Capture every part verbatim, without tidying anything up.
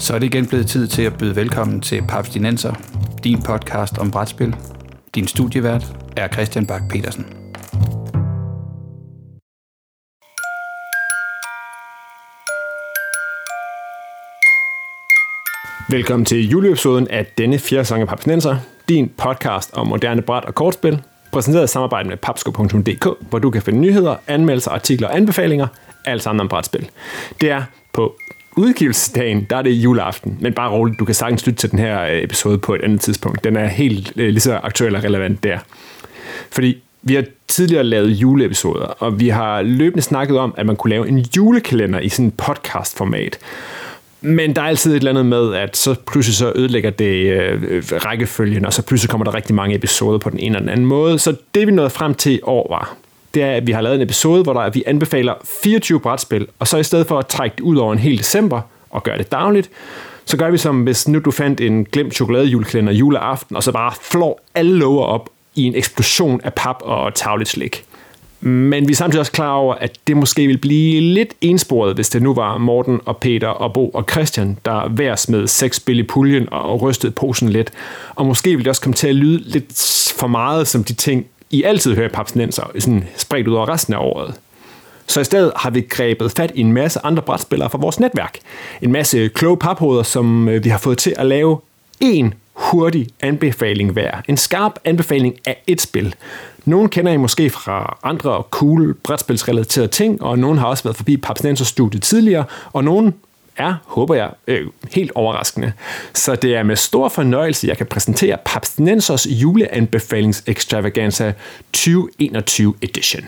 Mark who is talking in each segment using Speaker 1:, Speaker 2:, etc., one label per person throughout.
Speaker 1: Så er det igen blevet tid til at byde velkommen til Papstinenser, din podcast om brætspil. Din studievært er Christian Bak Petersen.
Speaker 2: Velkommen til juleepisoden af denne fjerde sæson af Papstinenser, din podcast om moderne bræt- og kortspil, præsenteret i samarbejde med papsko punktum d k, hvor du kan finde nyheder, anmeldelser, artikler og anbefalinger, alt sammen om brætspil. Det er på udgivelsesdagen, der er det juleaften, men bare roligt, du kan sagtens lytte til den her episode på et andet tidspunkt. Den er helt øh, lige så aktuel og relevant der. Fordi vi har tidligere lavet juleepisoder, og vi har løbende snakket om, at man kunne lave en julekalender i sådan en podcastformat. Men der er altid et eller andet med, at så pludselig så ødelægger det øh, rækkefølgen, og så pludselig kommer der rigtig mange episoder på den ene eller den anden måde. Så det vi nåede frem til i år var, det er, at vi har lavet en episode, hvor der, vi anbefaler fireogtyve brætspil, og så i stedet for at trække det ud over en hel december og gøre det dagligt, så gør vi som hvis nu du fandt en glemt chokoladejulekalender juleaften, og så bare flår alle låger op i en eksplosion af pap og tavligt slik. Men vi er samtidig også klar over, at det måske vil blive lidt ensporet, hvis det nu var Morten og Peter og Bo og Christian, der hver smed seks spil i puljen og rystede posen lidt. Og måske vil det også komme til at lyde lidt for meget som de ting, I altid hører i Papstinenser, sådan spredt ud over resten af året. Så i stedet har vi grebet fat i en masse andre brætspillere fra vores netværk. En masse kloge paphoveder, som vi har fået til at lave en hurtig anbefaling hver. En skarp anbefaling af et spil. Nogle kender I måske fra andre cool brætspilsrelaterede ting, og nogle har også været forbi Papstinenser-studiet tidligere, og nogle er, håber jeg, øh, helt overraskende. Så det er med stor fornøjelse, jeg kan præsentere Papstinensers juleanbefalings extravaganza tyve enogtyve edition.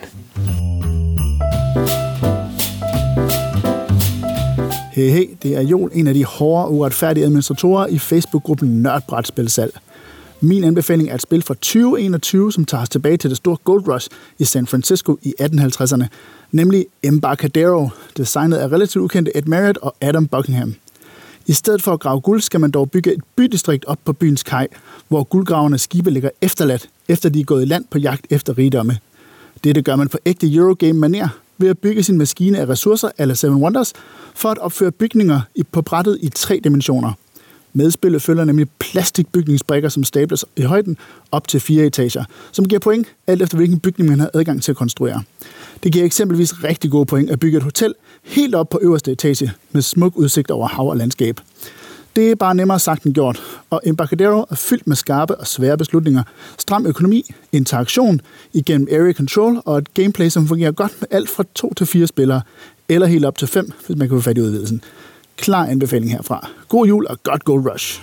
Speaker 3: Hey, hey, det er Joel, en af de hårde og uretfærdige administratorer i Facebook-gruppen Nørdbrætspilsalg. Min anbefaling er et spil fra tyve enogtyve, som tager os tilbage til det store Gold Rush i San Francisco i atten halvtredserne, nemlig Embarcadero, designet af relativt ukendte Ed Marriott og Adam Buckingham. I stedet for at grave guld, skal man dog bygge et bydistrikt op på byens kaj, hvor guldgravernes skibe ligger efterladt, efter de er gået i land på jagt efter rigdomme. Dette gør man på ægte Eurogame-manér, ved at bygge sin maskine af ressourcer eller Seven Wonders, for at opføre bygninger på brættet i tre dimensioner. Medspillet følger nemlig plastikbygningsbrikker, som stables i højden op til fire etager, som giver point, alt efter hvilken bygning man har adgang til at konstruere. Det giver eksempelvis rigtig gode point at bygge et hotel helt op på øverste etage med smuk udsigt over hav og landskab. Det er bare nemmere sagt end gjort, og Embarcadero er fyldt med skarpe og svære beslutninger, stram økonomi, interaktion igennem area control og et gameplay, som fungerer godt med alt fra to til fire spillere, eller helt op til fem, hvis man kan få fat i udvidelsen. Klar anbefaling herfra. God jul og godt Gold Rush.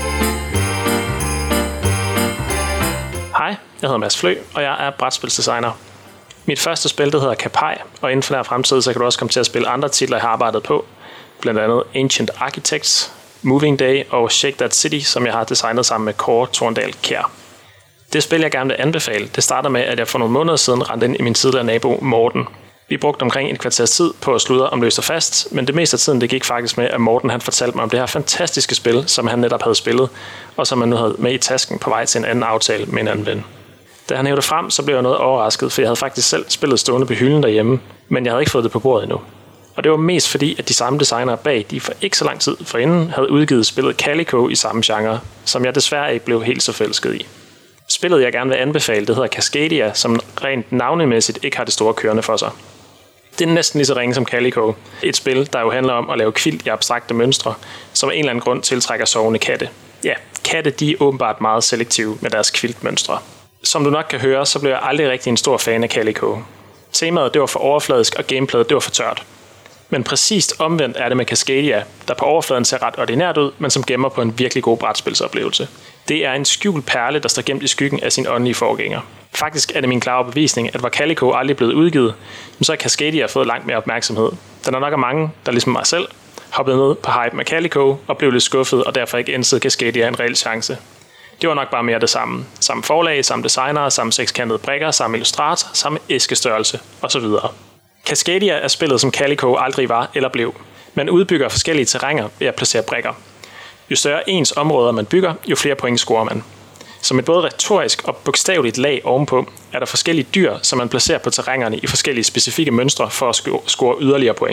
Speaker 4: Hej, jeg hedder Mads Flø, og jeg er brætspilsdesigner. Mit første spil, det hedder Kapai, og inden for nær fremtid, så kan du også komme til at spille andre titler, jeg har arbejdet på. Blandt andet Ancient Architects, Moving Day og Shake That City, som jeg har designet sammen med Kåre Torndal Kjær. Det spil, jeg gerne vil anbefale, det starter med, at jeg for nogle måneder siden rendte ind i min tidligere nabo Morten. Vi brugte omkring en kvarters tid på at sludre om løst og fast, men det meste af tiden det gik faktisk med, at Morten han fortalte mig om det her fantastiske spil, som han netop havde spillet, og som han nu havde med i tasken på vej til en anden aftale med en anden ven. Da han hævde det frem, så blev jeg noget overrasket, for jeg havde faktisk selv spillet stående på hylden derhjemme, men jeg havde ikke fået det på bordet endnu. Og det var mest fordi, at de samme designere bag, de for ikke så lang tid forinden havde udgivet spillet Calico i samme genre, som jeg desværre ikke blev helt så forelsket i. Spillet, jeg gerne vil anbefale, det hedder Cascadia, som rent navnemæssigt ikke har det store kørende for sig. Det er næsten lige så ringe som Calico. Et spil, der jo handler om at lave kvilt i abstrakte mønstre, som af en eller anden grund tiltrækker sovende katte. Ja, katte de er åbenbart meget selektive med deres kviltmønstre. Som du nok kan høre, så blev jeg aldrig rigtig en stor fan af Calico. Temaet det var for overfladisk, og gameplayet det var for tørt. Men præcist omvendt er det med Cascadia, der på overfladen ser ret ordinært ud, men som gemmer på en virkelig god brætspilsoplevelse. Det er en skjult perle, der står gemt i skyggen af sin åndelige forgænger. Faktisk er det min klare overbevisning, at var Calico aldrig blevet udgivet, så har Cascadia fået langt mere opmærksomhed. Der er nok af mange, der ligesom mig selv, hoppede ned på hype med Calico og blev lidt skuffet og derfor ikke indsede Cascadia en reel chance. Det var nok bare mere det samme. Samme forlag, samme designer, samme sekskantede brikker, samme illustrator, samme æskestørrelse osv. Cascadia er spillet, som Calico aldrig var eller blev. Man udbygger forskellige terrænger ved at placere brikker. Jo større ens områder man bygger, jo flere point scorer man. Som et både retorisk og bogstaveligt lag ovenpå, er der forskellige dyr, som man placerer på terrængerne i forskellige specifikke mønstre for at score yderligere point.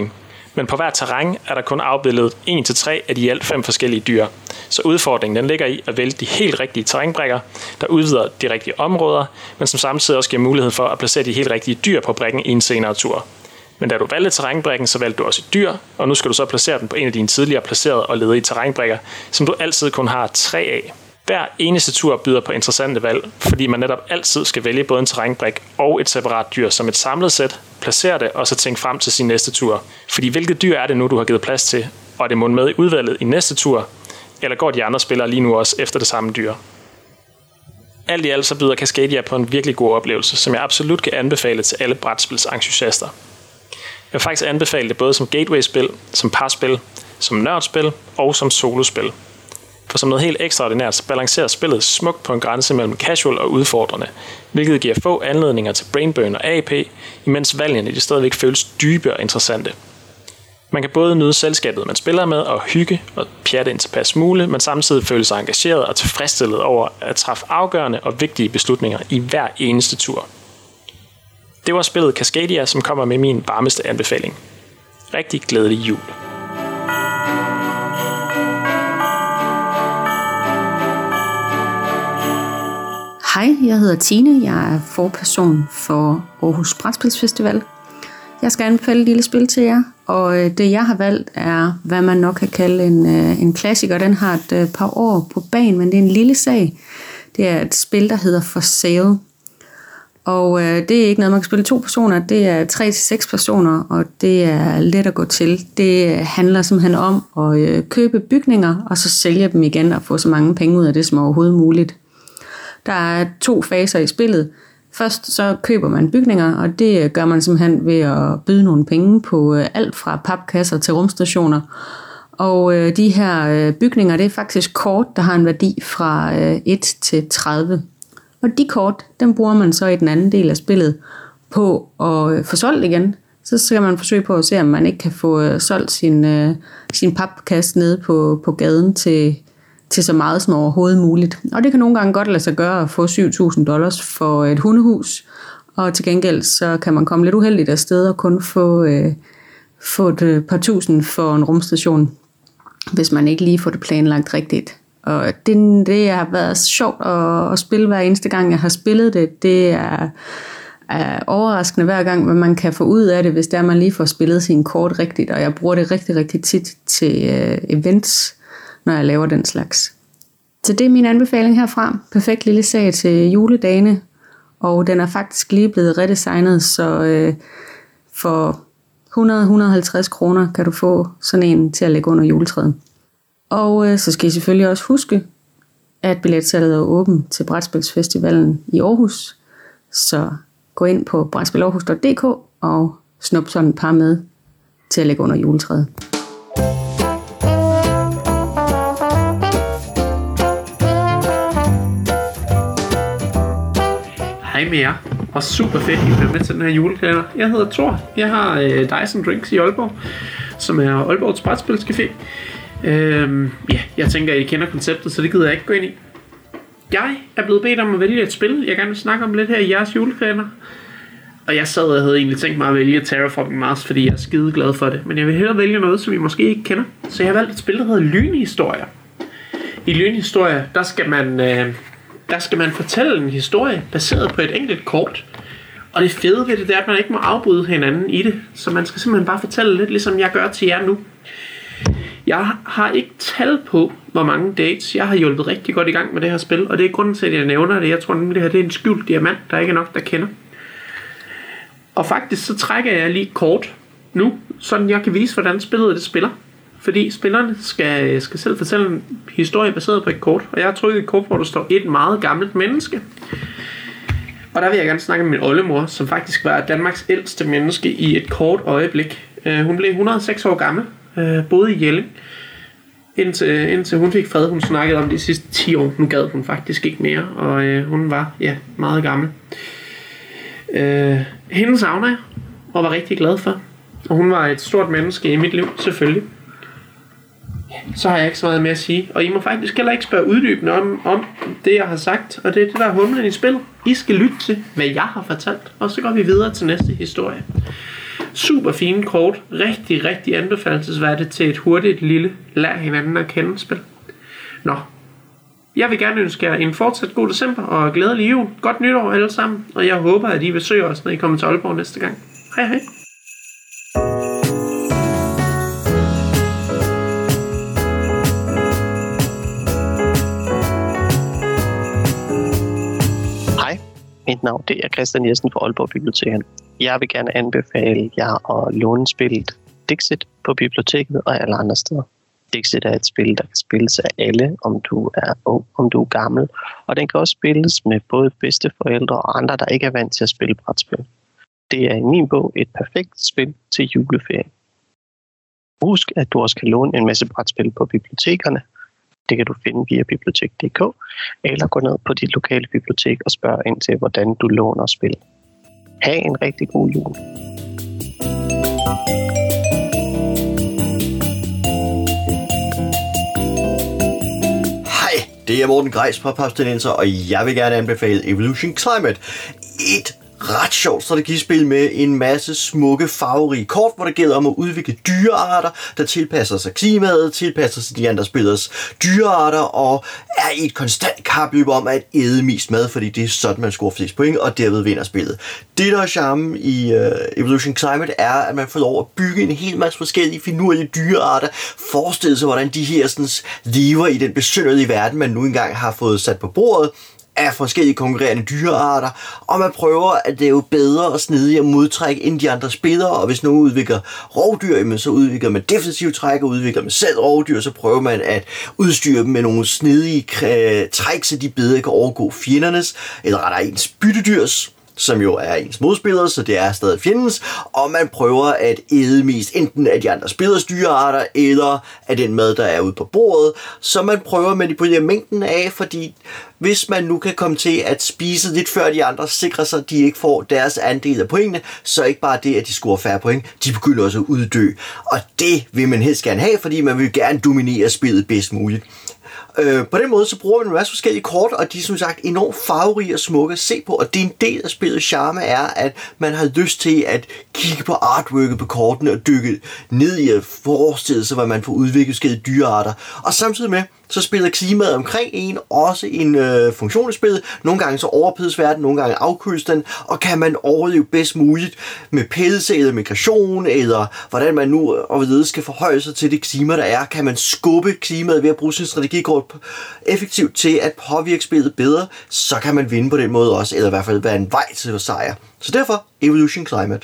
Speaker 4: Men på hver terræn er der kun afbildet en til tre af de i alt fem forskellige dyr. Så udfordringen den ligger i at vælge de helt rigtige terrænbrikker, der udvider de rigtige områder, men som samtidig også giver mulighed for at placere de helt rigtige dyr på brikken i en senere tur. Men da du valgte terrænbrikken, så valgte du også et dyr, og nu skal du så placere den på en af dine tidligere placerede og ledige terrænbrikker, som du altid kun har tre af. Hver eneste tur byder på interessante valg, fordi man netop altid skal vælge både en terrænbrik og et separat dyr som et samlet sæt, placere det og så tænke frem til sin næste tur. Fordi hvilket dyr er det nu, du har givet plads til, og er det mundet med i udvalget i næste tur, eller går de andre spillere lige nu også efter det samme dyr? Alt i alt så byder Cascadia på en virkelig god oplevelse, som jeg absolut kan anbefale til alle brætspilsentusiaster. Jeg vil faktisk anbefale det både som gateway-spil, som parspil, som nørdspil og som solospil. For som noget helt ekstraordinært balancerer spillet smukt på en grænse mellem casual og udfordrende, hvilket giver få anledninger til brainburn og A P, imens valgene de stadigvæk føles dybe og interessante. Man kan både nyde selskabet, man spiller med, og hygge og pjatte en tilpas muligt, men samtidig føle sig engageret og tilfredsstillet over at træffe afgørende og vigtige beslutninger i hver eneste tur. Det var spillet Cascadia, som kommer med min varmeste anbefaling. Rigtig glædelig jul.
Speaker 5: Hej, jeg hedder Tine. Jeg er forperson for Aarhus Brætspilsfestival. Jeg skal anbefale et lille spil til jer, og det jeg har valgt er, hvad man nok kan kalde en, en klassiker. Den har et par år på banen, men det er en lille sag. Det er et spil, der hedder For Sale. Og øh, det er ikke noget, man kan spille to personer. Det er tre til seks personer, og det er let at gå til. Det handler simpelthen om at øh, købe bygninger, og så sælge dem igen og få så mange penge ud af det som overhovedet muligt. Der er to faser i spillet. Først så køber man bygninger, og det gør man simpelthen ved at byde nogle penge på øh, alt fra papkasser til rumstationer. Og øh, de her øh, bygninger, det er faktisk kort, der har en værdi fra øh, et til tredive. Og de kort, dem bruger man så i den anden del af spillet på at få solgt igen. Så skal man forsøge på at se, om man ikke kan få solgt sin, øh, sin papkasse nede på, på gaden til, til så meget som overhovedet muligt. Og det kan nogle gange godt lade sig gøre at få syv tusind dollars for et hundehus. Og til gengæld så kan man komme lidt uheldigt afsted og kun få, øh, få et par tusind for en rumstation, hvis man ikke lige får det planlagt rigtigt. Og det, det har været sjovt at, at spille hver eneste gang, jeg har spillet det. Det er, er overraskende hver gang, hvad man kan få ud af det, hvis der man lige får spillet sin kort rigtigt. Og jeg bruger det rigtig, rigtig tit til uh, events, når jeg laver den slags. Så det er min anbefaling herfra. Perfekt lille sag til juledagene. Og den er faktisk lige blevet redesignet, så uh, for hundrede til hundrede og halvtreds kroner kan du få sådan en til at lægge under juletræet. Og øh, så skal I selvfølgelig også huske, at billetsalget er åben til Brætspilsfestivalen i Aarhus. Så gå ind på brætspil aarhus punktum d k og snup sådan et par med til at lægge under juletræet.
Speaker 6: Hej med jer, og super fedt, at I er med til den her julekalender. Jeg hedder Thor. Jeg har øh, Dyson Drinks i Aalborg, som er Aalborgs Brætspilscafé. Øhm, ja, jeg tænker, at I kender konceptet, så det gider jeg ikke gå ind i. Jeg er blevet bedt om at vælge et spil, jeg gerne vil snakke om lidt her i jeres julekalender. Og jeg sad og havde egentlig tænkt mig at vælge Terraforming Mars, fordi jeg er skide glad for det. Men jeg vil hellere vælge noget, som I måske ikke kender. Så jeg har valgt et spil, der hedder Lynhistorier. I Lynhistorier, der skal man, øh, der skal man fortælle en historie baseret på et enkelt kort. Og det fede ved det, det er, at man ikke må afbryde hinanden i det. Så man skal simpelthen bare fortælle lidt, ligesom jeg gør til jer nu. Jeg har ikke tal på, hvor mange dates. Jeg har hjulpet rigtig godt i gang med det her spil, og det er grunden til, at jeg nævner det. Jeg tror nemlig, det her det er en skjult diamant, der ikke er nok, der kender. Og faktisk så trækker jeg lige kort nu, sådan jeg kan vise, hvordan spillet det spiller. Fordi spillerne skal, skal selv fortælle en historie baseret på et kort. Og jeg har trykket et kort, hvor der står et meget gammelt menneske. Og der vil jeg gerne snakke med min oldemor, som faktisk var Danmarks ældste menneske i et kort øjeblik. Hun blev et hundrede og seks år gammel. Uh, boede i Jelling indtil, indtil hun fik fred. Hun snakkede om de sidste ti år. Nu gad hun faktisk ikke mere. Og uh, hun var ja, meget gammel. uh, Hende savner jeg og var rigtig glad for. Og hun var et stort menneske i mit liv, selvfølgelig. Så har jeg ikke så meget mere at sige. Og I må faktisk heller ikke spørge uddybende om, om det jeg har sagt. Og det er det der er humlen i spillet. I skal lytte til hvad jeg har fortalt. Og så går vi videre til næste historie. Super fine kort. Rigtig, rigtig anbefalelsesværdigt til et hurtigt, lille, lær hinanden at kende spil. Nå. Jeg vil gerne ønske jer en fortsat god december og glædelig jul. Godt nytår alle sammen. Og jeg håber, at I besøger os, når I kommer til Aalborg næste gang. Hej hej.
Speaker 7: Mit navn det er Christian Jessen fra Aalborg Biblioteket. Jeg vil gerne anbefale jer at låne spillet Dixit på biblioteket og alle andre steder. Dixit er et spil, der kan spilles af alle, om du er ung, om du er gammel. Og den kan også spilles med både bedsteforældre og andre, der ikke er vant til at spille brætspil. Det er i min bog et perfekt spil til juleferien. Husk, at du også kan låne en masse brætspil på bibliotekerne. Det kan du finde via bibliotek punktum d k, eller gå ned på dit lokale bibliotek og spørge ind til, hvordan du låner spil. Ha' en rigtig god jul.
Speaker 8: Hej, det er Morten Greis fra Papstinenser, og jeg vil gerne anbefale Evolution Climate. Et ret sjovt strategispil med en masse smukke, farverige kort, hvor det gælder om at udvikle dyrearter, der tilpasser sig klimaet, tilpasser sig de andre spillers dyrearter, og er i et konstant kapløb om at æde mest mad, fordi det er sådan, man scorer flest point, og derved vinder spillet. Det, der er charmen i uh, Evolution Climate, er, at man får lov at bygge en hel masse forskellige finurlige dyrearter, forestille sig, hvordan de her sådan, lever i den besynderlige verden, man nu engang har fået sat på bordet, af forskellige konkurrerende dyrearter, og man prøver at lave bedre og snedigere modtræk end de andre spillere, og hvis nogen udvikler rovdyr, så udvikler man defensive træk, og udvikler man selv rovdyr, så prøver man at udstyre dem med nogle snedige træk, så de bedre kan overgå fjendernes, eller rettere ens byttedyrs, som jo er ens modspillere, så det er stadig fjendens, og man prøver at æde mest enten af de andre spillers dyrearter, eller af den mad, der er ude på bordet, så man prøver at manipulere mængden af, fordi hvis man nu kan komme til at spise lidt før de andre, sikrer sig, at de ikke får deres andel af pointene, så ikke bare det, at de scorer færre point, de begynder også at uddø. Og det vil man helst gerne have, fordi man vil gerne dominere spillet bedst muligt. Øh, på den måde så bruger man en masse forskellige kort, og de er som sagt enormt farverige og smukke at se på, og det er en del af spillets charme er, at man har lyst til at kigge på artworket på kortene og dykke ned i at forestille sig, hvad man får udviklet forskellige dyrearter. Og samtidig med, så spiller klimaet omkring en også en øh, funktion i spillet. Nogle gange så overophedes verden, nogle gange afkøles den, og kan man overleve bedst muligt med pelse eller migration, eller hvordan man nu overledes skal forhøje sig til det klima, der er. Kan man skubbe klimaet ved at bruge sin strategikort effektivt til at påvirke spillet bedre, så kan man vinde på den måde også, eller i hvert fald være en vej til at sejre. Så derfor Evolution Climate.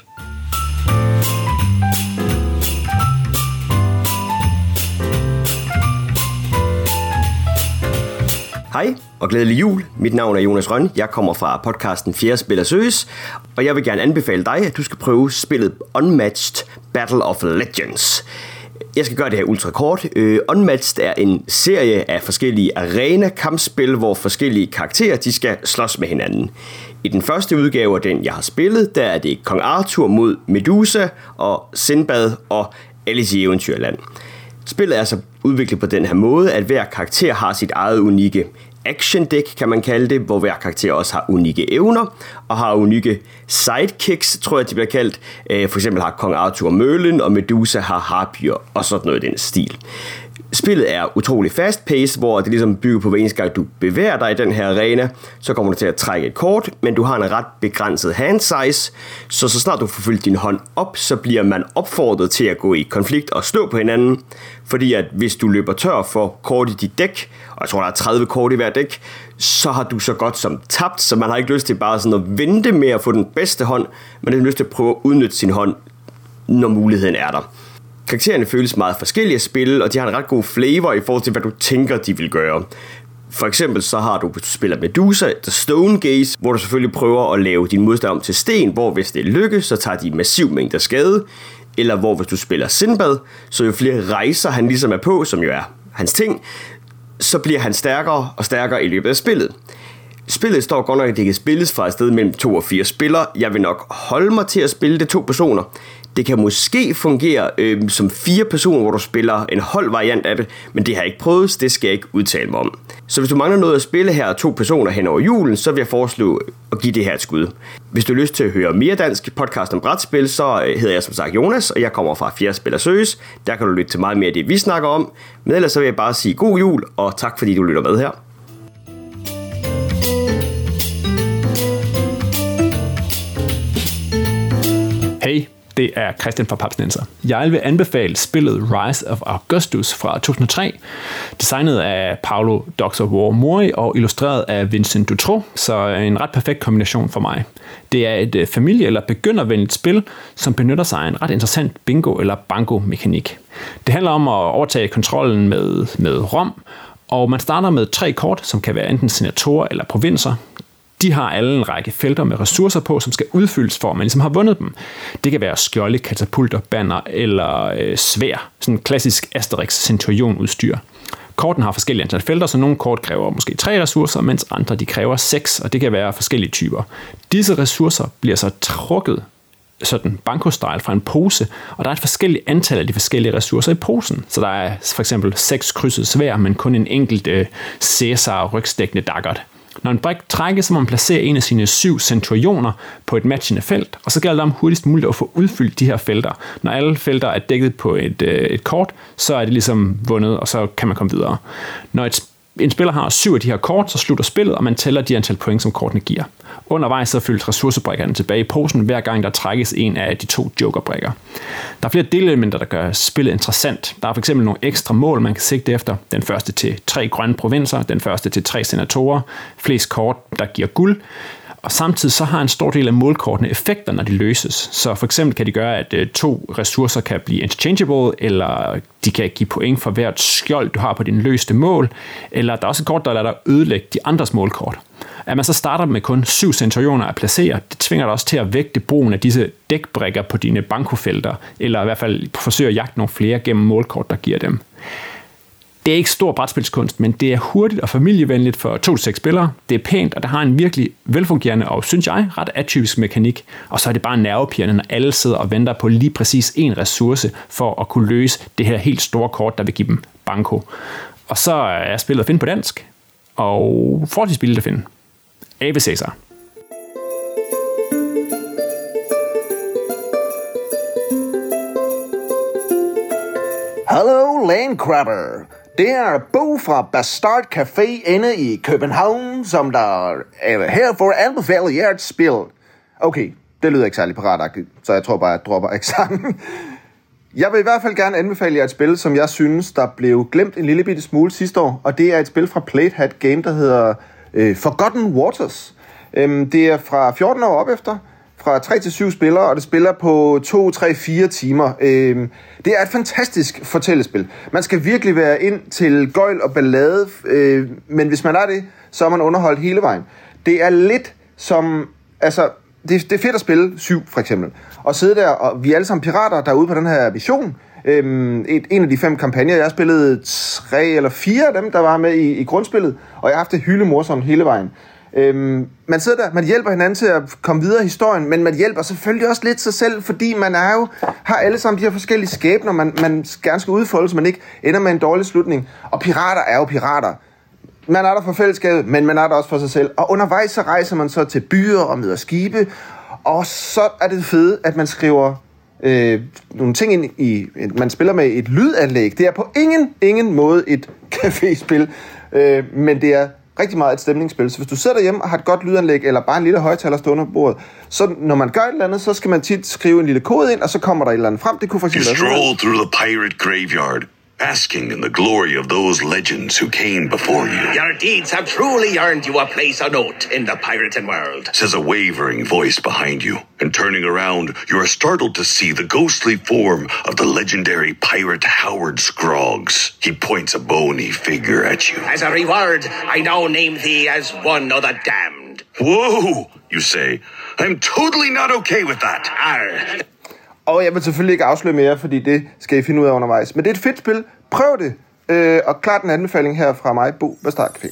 Speaker 9: Hej og glædelig jul. Mit navn er Jonas Rønn. Jeg kommer fra podcasten Fjerde Spiller Søges, og jeg vil gerne anbefale dig, at du skal prøve spillet Unmatched Battle of Legends. Jeg skal gøre det her ultra kort. Uh, Unmatched er en serie af forskellige arena-kampspil, hvor forskellige karakterer de skal slås med hinanden. I den første udgave af den, jeg har spillet, der er det Kong Arthur mod Medusa og Sinbad og Alice i Eventyrland. Spillet er så udviklet på den her måde, at hver karakter har sit eget unikke action deck, kan man kalde det, hvor hver karakter også har unikke evner og har unikke sidekicks, tror jeg, de bliver kaldt. For eksempel har Kong Arthur Merlin, og Medusa har harpier og sådan noget i den stil. Spillet er utrolig fast-paced, hvor det ligesom bygger på, hver eneste gang du bevæger dig i den her arena, så kommer du til at trække et kort, men du har en ret begrænset hand size, så så snart du får fyldt din hånd op, så bliver man opfordret til at gå i konflikt og slå på hinanden, fordi at hvis du løber tør for kort i dit dæk, og jeg tror, der er tredive kort i hver dæk, så har du så godt som tabt, så man har ikke lyst til bare sådan at vente med at få den bedste hånd, men har lyst til at prøve at udnytte sin hånd, når muligheden er der. Karaktererne føles meget forskellige at spille, og de har en ret god flavor i forhold til, hvad du tænker, de vil gøre. For eksempel så har du, hvis du spiller Medusa, The Stone Gaze, hvor du selvfølgelig prøver at lave din modstander om til sten, hvor hvis det lykkes, så tager de massiv mængder skade. Eller hvor hvis du spiller Sinbad, så jo flere rejser han ligesom er på, som jo er hans ting, så bliver han stærkere og stærkere i løbet af spillet. Spillet står godt nok, at det kan spilles fra et sted mellem to og fire spillere. Jeg vil nok holde mig til at spille det to personer. Det kan måske fungere øh, som fire personer, hvor du spiller en holdvariant af det, men det har jeg ikke prøvet, så det skal jeg ikke udtale mig om. Så hvis du mangler noget at spille her to personer hen over julen, så vil jeg foreslå at give det her et skud. Hvis du har lyst til at høre mere dansk podcast om brætspil, så hedder jeg som sagt Jonas, og jeg kommer fra Fjerde Spiller Søges. Der kan du lytte til meget mere af det, vi snakker om. Men ellers så vil jeg bare sige god jul, og tak fordi du lytter med her.
Speaker 2: Hey, det er Christian fra Papsnenser. Jeg vil anbefale spillet Rise of Augustus fra to tusind og tre, designet af Paolo Doctor War Mori og illustreret af Vincent Dutroux, så en ret perfekt kombination for mig. Det er et familie- eller begyndervenligt spil, som benytter sig af en ret interessant bingo- eller banko-mekanik. Det handler om at overtage kontrollen med, med Rom, og man starter med tre kort, som kan være enten senatorer eller provinser. De har alle en række felter med ressourcer på, som skal udfyldes for, at man ligesom har vundet dem. Det kan være skjolde, katapulter, banner eller øh, svær. Sådan klassisk Asterix Centurion-udstyr. Korten har forskellige antal felter, så nogle kort kræver måske tre ressourcer, mens andre de kræver seks, og det kan være forskellige typer. Disse ressourcer bliver så trukket sådan banko-style fra en pose, og der er et forskelligt antal af de forskellige ressourcer i posen. Så der er for eksempel seks krydset svær, men kun en enkelt øh, Cæsar rygstækkende daggert. Når en brik trækkes, så må man placere en af sine syv centurioner på et matchende felt, og så gælder det om hurtigst muligt at få udfyldt de her felter. Når alle felter er dækket på et, øh, et kort, så er det ligesom vundet, og så kan man komme videre. Når et, en spiller har syv af de her kort, så slutter spillet, og man tæller de antal point, som kortene giver. Undervejs så fyldes ressourcebrikkerne tilbage i posen, hver gang der trækkes en af de to jokerbrikker. Der er flere delelementer, der gør spillet interessant. Der er for eksempel nogle ekstra mål, man kan sigte efter. Den første til tre grønne provinser, den første til tre senatorer, flest kort, der giver guld. Og samtidig så har en stor del af målkortene effekter, når de løses. Så for eksempel kan de gøre, at to ressourcer kan blive interchangeable, eller de kan give point for hvert skjold, du har på din løste mål, eller der er også et kort, der lader dig ødelægge de andres målkort. At man så starter med kun syv centurioner at placere, det tvinger dig også til at vægte brugen af disse dækbrikker på dine bankofelter, eller i hvert fald forsøge at jagte nogle flere gennem målkort, der giver dem. Det er ikke stor brætspilskunst, men det er hurtigt og familievenligt for to til seks spillere. Det er pænt, og det har en virkelig velfungerende og, synes jeg, ret atypisk mekanik. Og så er det bare nervepirrende, når alle sidder og venter på lige præcis en ressource for at kunne løse det her helt store kort, der vil give dem banko. Og så er spillet at finde på dansk, og forholdsvis billigt at finde. Ave Cæsar.
Speaker 10: Hello, Landcrabber. Det er Bo fra Bastard Café inde i København, som der er her for at anbefale jer et spil. Okay, det lyder ikke særlig piratagtigt, så jeg tror bare, at jeg dropper eksamen. Jeg vil i hvert fald gerne anbefale jer et spil, som jeg synes, der blev glemt en lille bitte smule sidste år, og det er et spil fra Playhat Game, der hedder øh, Forgotten Waters. Øhm, det er fra fjorten år op efter, fra tre til syv spillere, og det spiller på to, tre, fire timer. Øhm, det er et fantastisk fortællespil. Man skal virkelig være ind til gøjl og ballade, øh, men hvis man er det, så er man underholdt hele vejen. Det er lidt som, altså, det, det er fedt at spille syv for eksempel, og sidde der, og vi er alle sammen pirater, der er ude på den her mission. Øhm, et, en af de fem kampagner, jeg spillede tre eller fire af dem, der var med i, i grundspillet, og jeg har haft det hyldemorsomt hele vejen. Øhm, man sidder der, man hjælper hinanden til at komme videre i historien, men man hjælper selvfølgelig også lidt sig selv, fordi man er jo, har alle sammen de her forskellige skæbner, man, man gerne skal udfolde, så man ikke ender med en dårlig slutning. Og pirater er jo pirater. Man er der for fællesskabet, men man er der også for sig selv. Og undervejs så rejser man så til byer og møder skibe, og så er det fede, at man skriver øh, nogle ting ind i, man spiller med et lydanlæg. Det er på ingen, ingen måde et caféspil, øh, men det er rigtig meget et stemningsspil. Så hvis du sidder derhjemme og har et godt lydanlæg, eller bare en lille højttaler stående på bordet, så når man gør et eller andet, så skal man tit skrive en lille kode ind, og så kommer der et eller andet frem. Det kunne for eksempel
Speaker 11: you stroll through the pirate graveyard, basking in the glory of those legends who came before you.
Speaker 12: Your deeds have truly earned you a place of note in the pirating world,
Speaker 11: Says a wavering voice behind you. And turning around, you are startled to see the ghostly form of the legendary pirate Howard Scroggs. He points a bony figure at you.
Speaker 12: As a reward, I now name thee as one of the damned.
Speaker 11: Whoa, you say. I'm totally not okay with that.
Speaker 12: Arr.
Speaker 10: Og jeg vil selvfølgelig ikke afsløre mere, fordi det skal I finde ud af undervejs. Men det er et fedt spil. Prøv det. Øh, og klart en anbefaling her fra mig, Bo Bastard Café.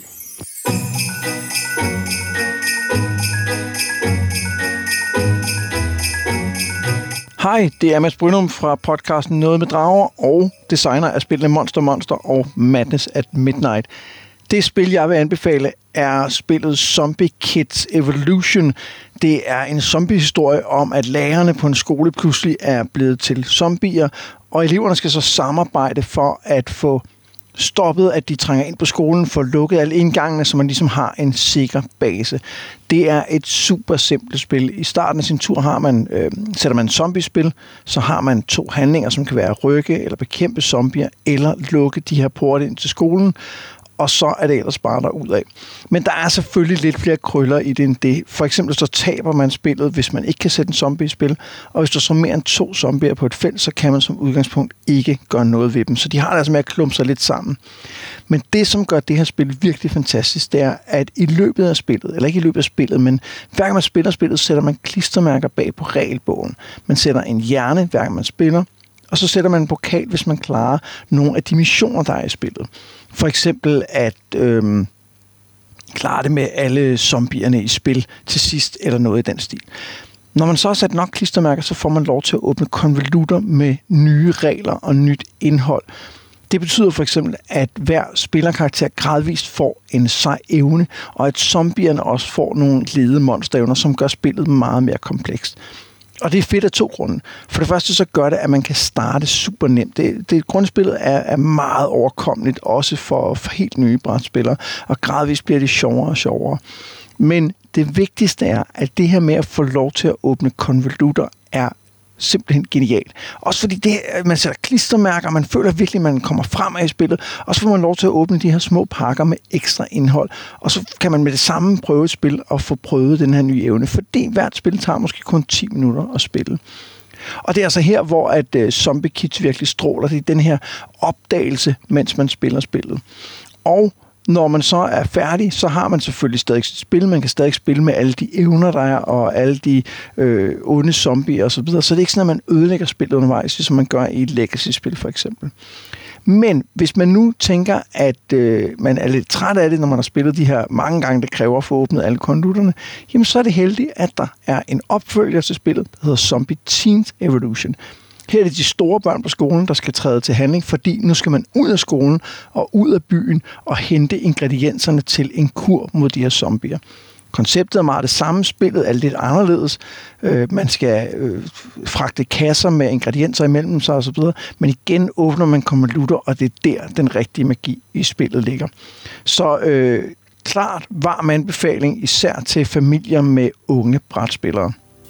Speaker 3: Hej, det er Mads Brynum fra podcasten Noget med Drager og designer af spillene Monster Monster og Madness at Midnight. Det spil, jeg vil anbefale, er spillet Zombie Kids Evolution. Det er en zombie-historie om, at lærerne på en skole pludselig er blevet til zombier, og eleverne skal så samarbejde for at få stoppet, at de trænger ind på skolen, får lukket alle indgangene, så man ligesom har en sikker base. Det er et super simpelt spil. I starten af sin tur har man, øh, sætter man en zombiespil, så har man to handlinger, som kan være at rykke eller bekæmpe zombier, eller lukke de her porte ind til skolen, og så er det ellers bare derudad. Men der er selvfølgelig lidt flere krøller i det end det. For eksempel så taber man spillet, hvis man ikke kan sætte en zombie i spil, og hvis der så mere end to zombier på et felt, så kan man som udgangspunkt ikke gøre noget ved dem. Så de har det altså med at klumpe sig lidt sammen. Men det, som gør det her spil virkelig fantastisk, det er, at i løbet af spillet, eller ikke i løbet af spillet, men hver gang man spiller spillet, sætter man klistermærker bag på regelbogen. Man sætter en hjerne, hver gang man spiller, og så sætter man en pokal, hvis man klarer nogle af de missioner, der er i spillet. For eksempel at øhm, klare det med alle zombierne i spil til sidst, eller noget i den stil. Når man så har sat nok klistermærker, så får man lov til at åbne konvolutter med nye regler og nyt indhold. Det betyder for eksempel, at hver spillerkarakter gradvist får en sej evne, og at zombierne også får nogle lede monsterevner, som gør spillet meget mere komplekst. Og det er fedt af to grunde. For det første så gør det, at man kan starte super nemt. Det, det grundspillet er, er meget overkommeligt, også for, for helt nye brætspillere, og gradvist bliver det sjovere og sjovere. Men det vigtigste er, at det her med at få lov til at åbne konvolutter er simpelthen genialt. Også fordi det, man sætter klistermærker, man føler virkelig, at man kommer frem af i spillet, og så får man lov til at åbne de her små pakker med ekstra indhold, og så kan man med det samme prøve et spil og få prøvet den her nye evne, fordi hvert spil tager måske kun ti minutter at spille. Og det er altså her, hvor at uh, Zombie Kids virkelig stråler. Det er den her opdagelse, mens man spiller spillet. Og når man så er færdig, så har man selvfølgelig stadig sit spil. Man kan stadig spille med alle de evner, der er, og alle de øh, onde zombier osv. Så, så det er ikke sådan, at man ødelægger spillet undervejs, ligesom man gør i et legacy-spil for eksempel. Men hvis man nu tænker, at øh, man er lidt træt af det, når man har spillet de her mange gange, det kræver at få åbnet alle konvolutterne, jamen så er det heldigt, at der er en opfølger til spillet, der hedder Zombie Teens Evolution. Her er det de store børn på skolen, der skal træde til handling, fordi nu skal man ud af skolen og ud af byen og hente ingredienserne til en kur mod de her zombier. Konceptet er meget det samme, spillet er lidt anderledes. Øh, man skal øh, fragte kasser med ingredienser imellem sig osv., men igen åbner man konvolutter, og det er der, den rigtige magi i spillet ligger. Så øh, klart varm anbefaling, især til familier med unge brætspillere.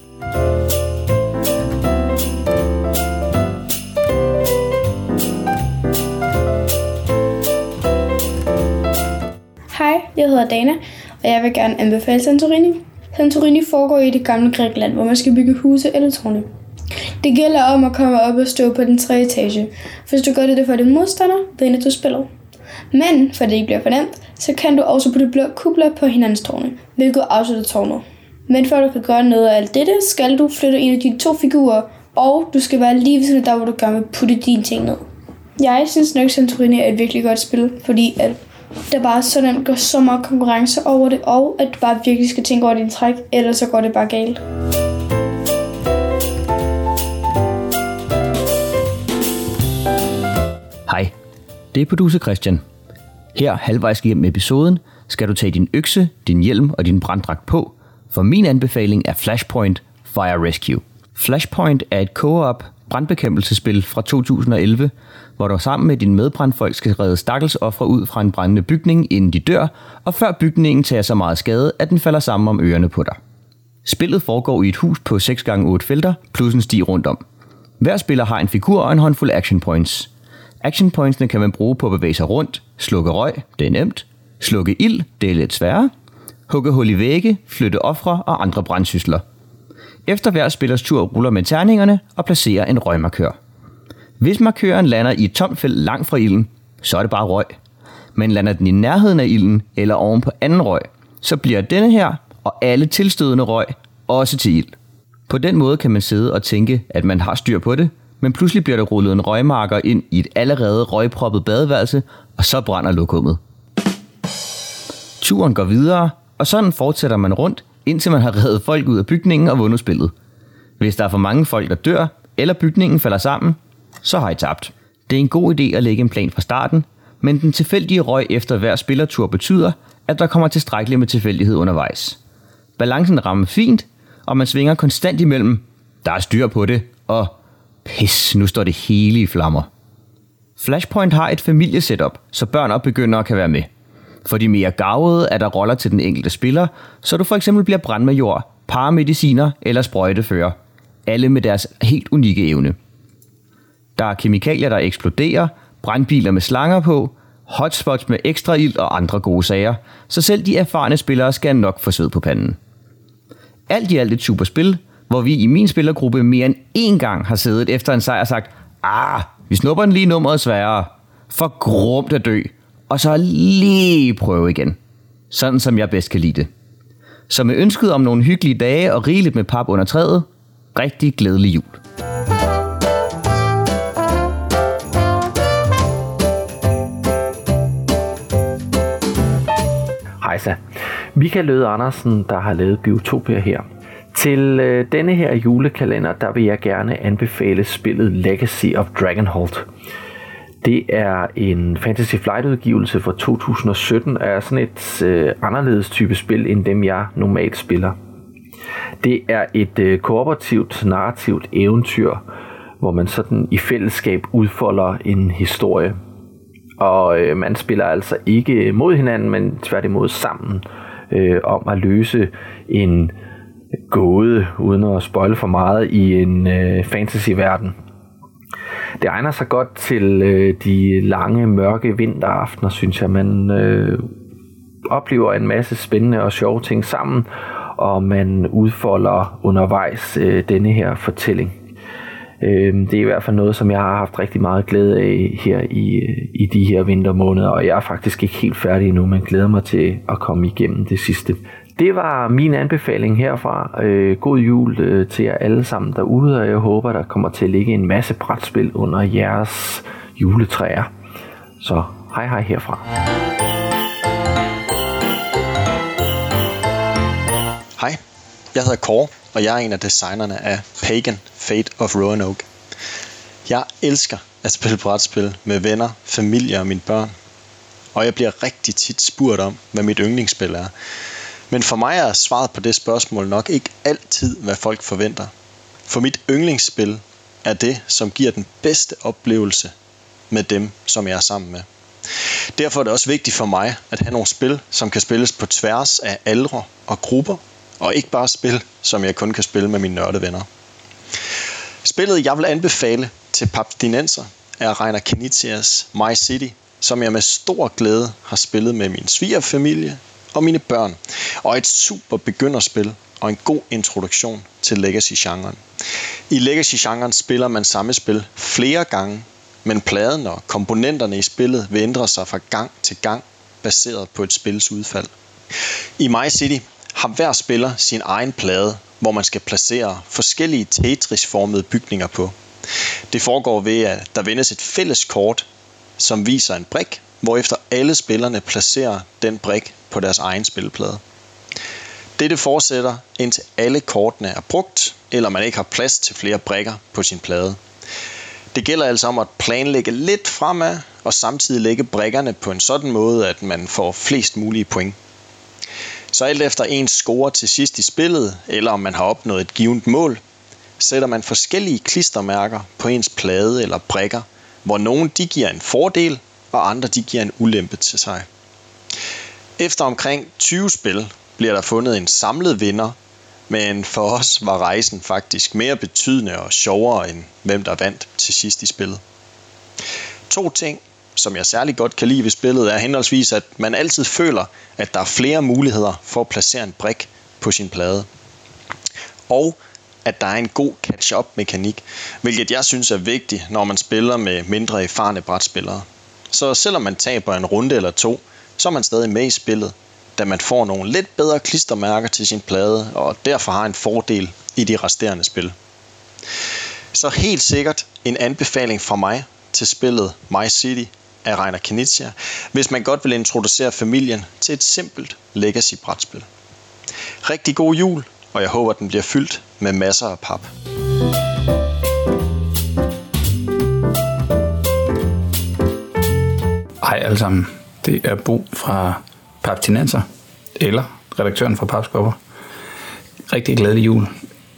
Speaker 13: Hej, jeg hedder Dana, og jeg vil gerne anbefale Santorini. Santorini foregår i det gamle Grækenland, hvor man skal bygge huse eller tårne. Det gælder om at komme op og stå på den tredje etage. Hvis du gør det for din modstander, vinder du spillet. Men for det ikke bliver for nemt, så kan du også putte blå kubler på hinandens tårne, hvilket afslutter tårnet. Men for at du kan gøre noget af alt dette, skal du flytte en af de to figurer, og du skal være lige ved siden af der, hvor du gerne vil putte dine ting ned. Jeg synes nok, Santorini er et virkelig godt spil, fordi at der bare sådan går så meget konkurrence over det, og at du bare virkelig skal tænke over din træk, ellers så går det bare galt.
Speaker 14: Hej, det er producer Christian. Her halvvejs igennem episoden skal du tage din økse, din hjelm og din branddragt på, for min anbefaling er Flashpoint Fire Rescue. Flashpoint er et co-op brandbekæmpelsesspil fra to tusind og elleve, hvor du sammen med dine medbrandfolk skal redde stakkels ofre ud fra en brændende bygning, inden de dør, og før bygningen tager så meget skade, at den falder sammen om ørerne på dig. Spillet foregår i et hus på seks gange otte felter, plus en sti rundt om. Hver spiller har en figur og en håndfuld action points. Action pointsene kan man bruge på at bevæge sig rundt, slukke røg, det er nemt, slukke ild, det er lidt sværere, hugge hul i vægge, flytte ofre og andre brandsysler. Efter hver spillers tur ruller man terningerne og placerer en røgmarkør. Hvis markøren lander i et tomt felt langt fra ilden, så er det bare røg. Men lander den i nærheden af ilden eller oven på anden røg, så bliver denne her og alle tilstødende røg også til ild. På den måde kan man sidde og tænke, at man har styr på det, men pludselig bliver der rullet en røgmarker ind i et allerede røgproppet badeværelse, og så brænder lokummet. Turen går videre, og sådan fortsætter man rundt, indtil man har reddet folk ud af bygningen og vundet spillet. Hvis der er for mange folk, der dør, eller bygningen falder sammen, så har I tabt. Det er en god idé at lægge en plan fra starten, men den tilfældige røg efter hver spillertur betyder, at der kommer tilstrækkeligt med tilfældighed undervejs. Balancen rammer fint, og man svinger konstant imellem, der er styr på det, og pis, nu står det hele i flammer. Flashpoint har et familiesetup, så børn og begyndere kan være med. For de mere garvede er der roller til den enkelte spiller, så du for eksempel bliver brandmajor, paramediciner eller sprøjtefører. Alle med deres helt unikke evne. Der er kemikalier, der eksploderer, brandbiler med slanger på, hotspots med ekstra ild og andre gode sager, så selv de erfarne spillere skal nok få sved på panden. Alt i alt et super spil, hvor vi i min spillergruppe mere end én gang har siddet efter en sejr og sagt, ah, vi snupper den lige nummeret sværere, for grumt at dø, og så lige prøve igen. Sådan som jeg bedst kan lide det. Så med ønsket om nogle hyggelige dage og rigeligt med pap under træet, rigtig glædelig jul.
Speaker 6: Hejsa. Michael Løde Andersen, der har lavet Biotopia her. Til øh, denne her julekalender, der vil jeg gerne anbefale spillet Legacy of Dragonholt. Det er en Fantasy Flight udgivelse fra to tusind og sytten, og er sådan et øh, anderledes type spil, end dem jeg normalt spiller. Det er et øh, kooperativt, narrativt eventyr, hvor man sådan i fællesskab udfolder en historie. Og øh, man spiller altså ikke mod hinanden, men tværtimod sammen øh, om at løse en gåde, uden at spoile for meget, i en øh, fantasy-verden. Det egner sig godt til øh, de lange, mørke vinteraftener, synes jeg. Man øh, oplever en masse spændende og sjove ting sammen, og man udfolder undervejs øh, denne her fortælling. Øh, det er i hvert fald noget, som jeg har haft rigtig meget glæde af her i, i de her vintermåneder, og jeg er faktisk ikke helt færdig endnu, men glæder mig til at komme igennem det sidste. Det var min anbefaling herfra. Øh, god jul øh, til jer alle sammen derude, og jeg håber, der kommer til at ligge en masse brætspil under jeres juletræer. Så hej hej herfra.
Speaker 15: Hej, jeg hedder Kåre, og jeg er en af designerne af Pagan: Fate of Roanoke. Jeg elsker at spille brætspil med venner, familie og mine børn. Og jeg bliver rigtig tit spurgt om, hvad mit yndlingsspil er. Men for mig er svaret på det spørgsmål nok ikke altid, hvad folk forventer. For mit yndlingsspil er det, som giver den bedste oplevelse med dem, som jeg er sammen med. Derfor er det også vigtigt for mig at have nogle spil, som kan spilles på tværs af aldre og grupper, og ikke bare spil, som jeg kun kan spille med mine nørdevenner. Spillet, jeg vil anbefale til papstinenser, er Reiner Knizias My City, som jeg med stor glæde har spillet med min svigerfamilie og mine børn, og et super begynderspil og en god introduktion til Legacy-genren. I Legacy-genren spiller man samme spil flere gange, men pladen og komponenterne i spillet vil ændre sig fra gang til gang, baseret på et spils udfald. I My City har hver spiller sin egen plade, hvor man skal placere forskellige Tetris-formede bygninger på. Det foregår ved, at der vendes et fælles kort, som viser en brik, hvorefter alle spillerne placerer den brik på deres egen spilplade. Dette fortsætter, indtil alle kortene er brugt, eller man ikke har plads til flere brikker på sin plade. Det gælder altså om at planlægge lidt fremad, og samtidig lægge brikkerne på en sådan måde, at man får flest mulige point. Så alt efter ens score til sidst i spillet, eller om man har opnået et givet mål, sætter man forskellige klistermærker på ens plade eller brikker, hvor nogle de giver en fordel, og andre de giver en ulempe til sig. Efter omkring tyve spil bliver der fundet en samlet vinder, men for os var rejsen faktisk mere betydende og sjovere end hvem der vandt til sidst i spillet. To ting, som jeg særlig godt kan lide ved spillet, er henholdsvis, at man altid føler, at der er flere muligheder for at placere en brik på sin plade. Og at der er en god catch-up mekanik, hvilket jeg synes er vigtigt, når man spiller med mindre erfarne brætspillere. Så selvom man taber en runde eller to, så er man stadig med i spillet, da man får nogle lidt bedre klistermærker til sin plade, og derfor har en fordel i de resterende spil. Så helt sikkert en anbefaling fra mig til spillet My City af Reiner Knizia, hvis man godt vil introducere familien til et simpelt legacy-brætspil. Rigtig god jul, og jeg håber, den bliver fyldt med masser af pap.
Speaker 1: Hej alle sammen. Det er Bo fra Papstinenser, eller redaktøren fra Papskopper. Rigtig glædelig jul.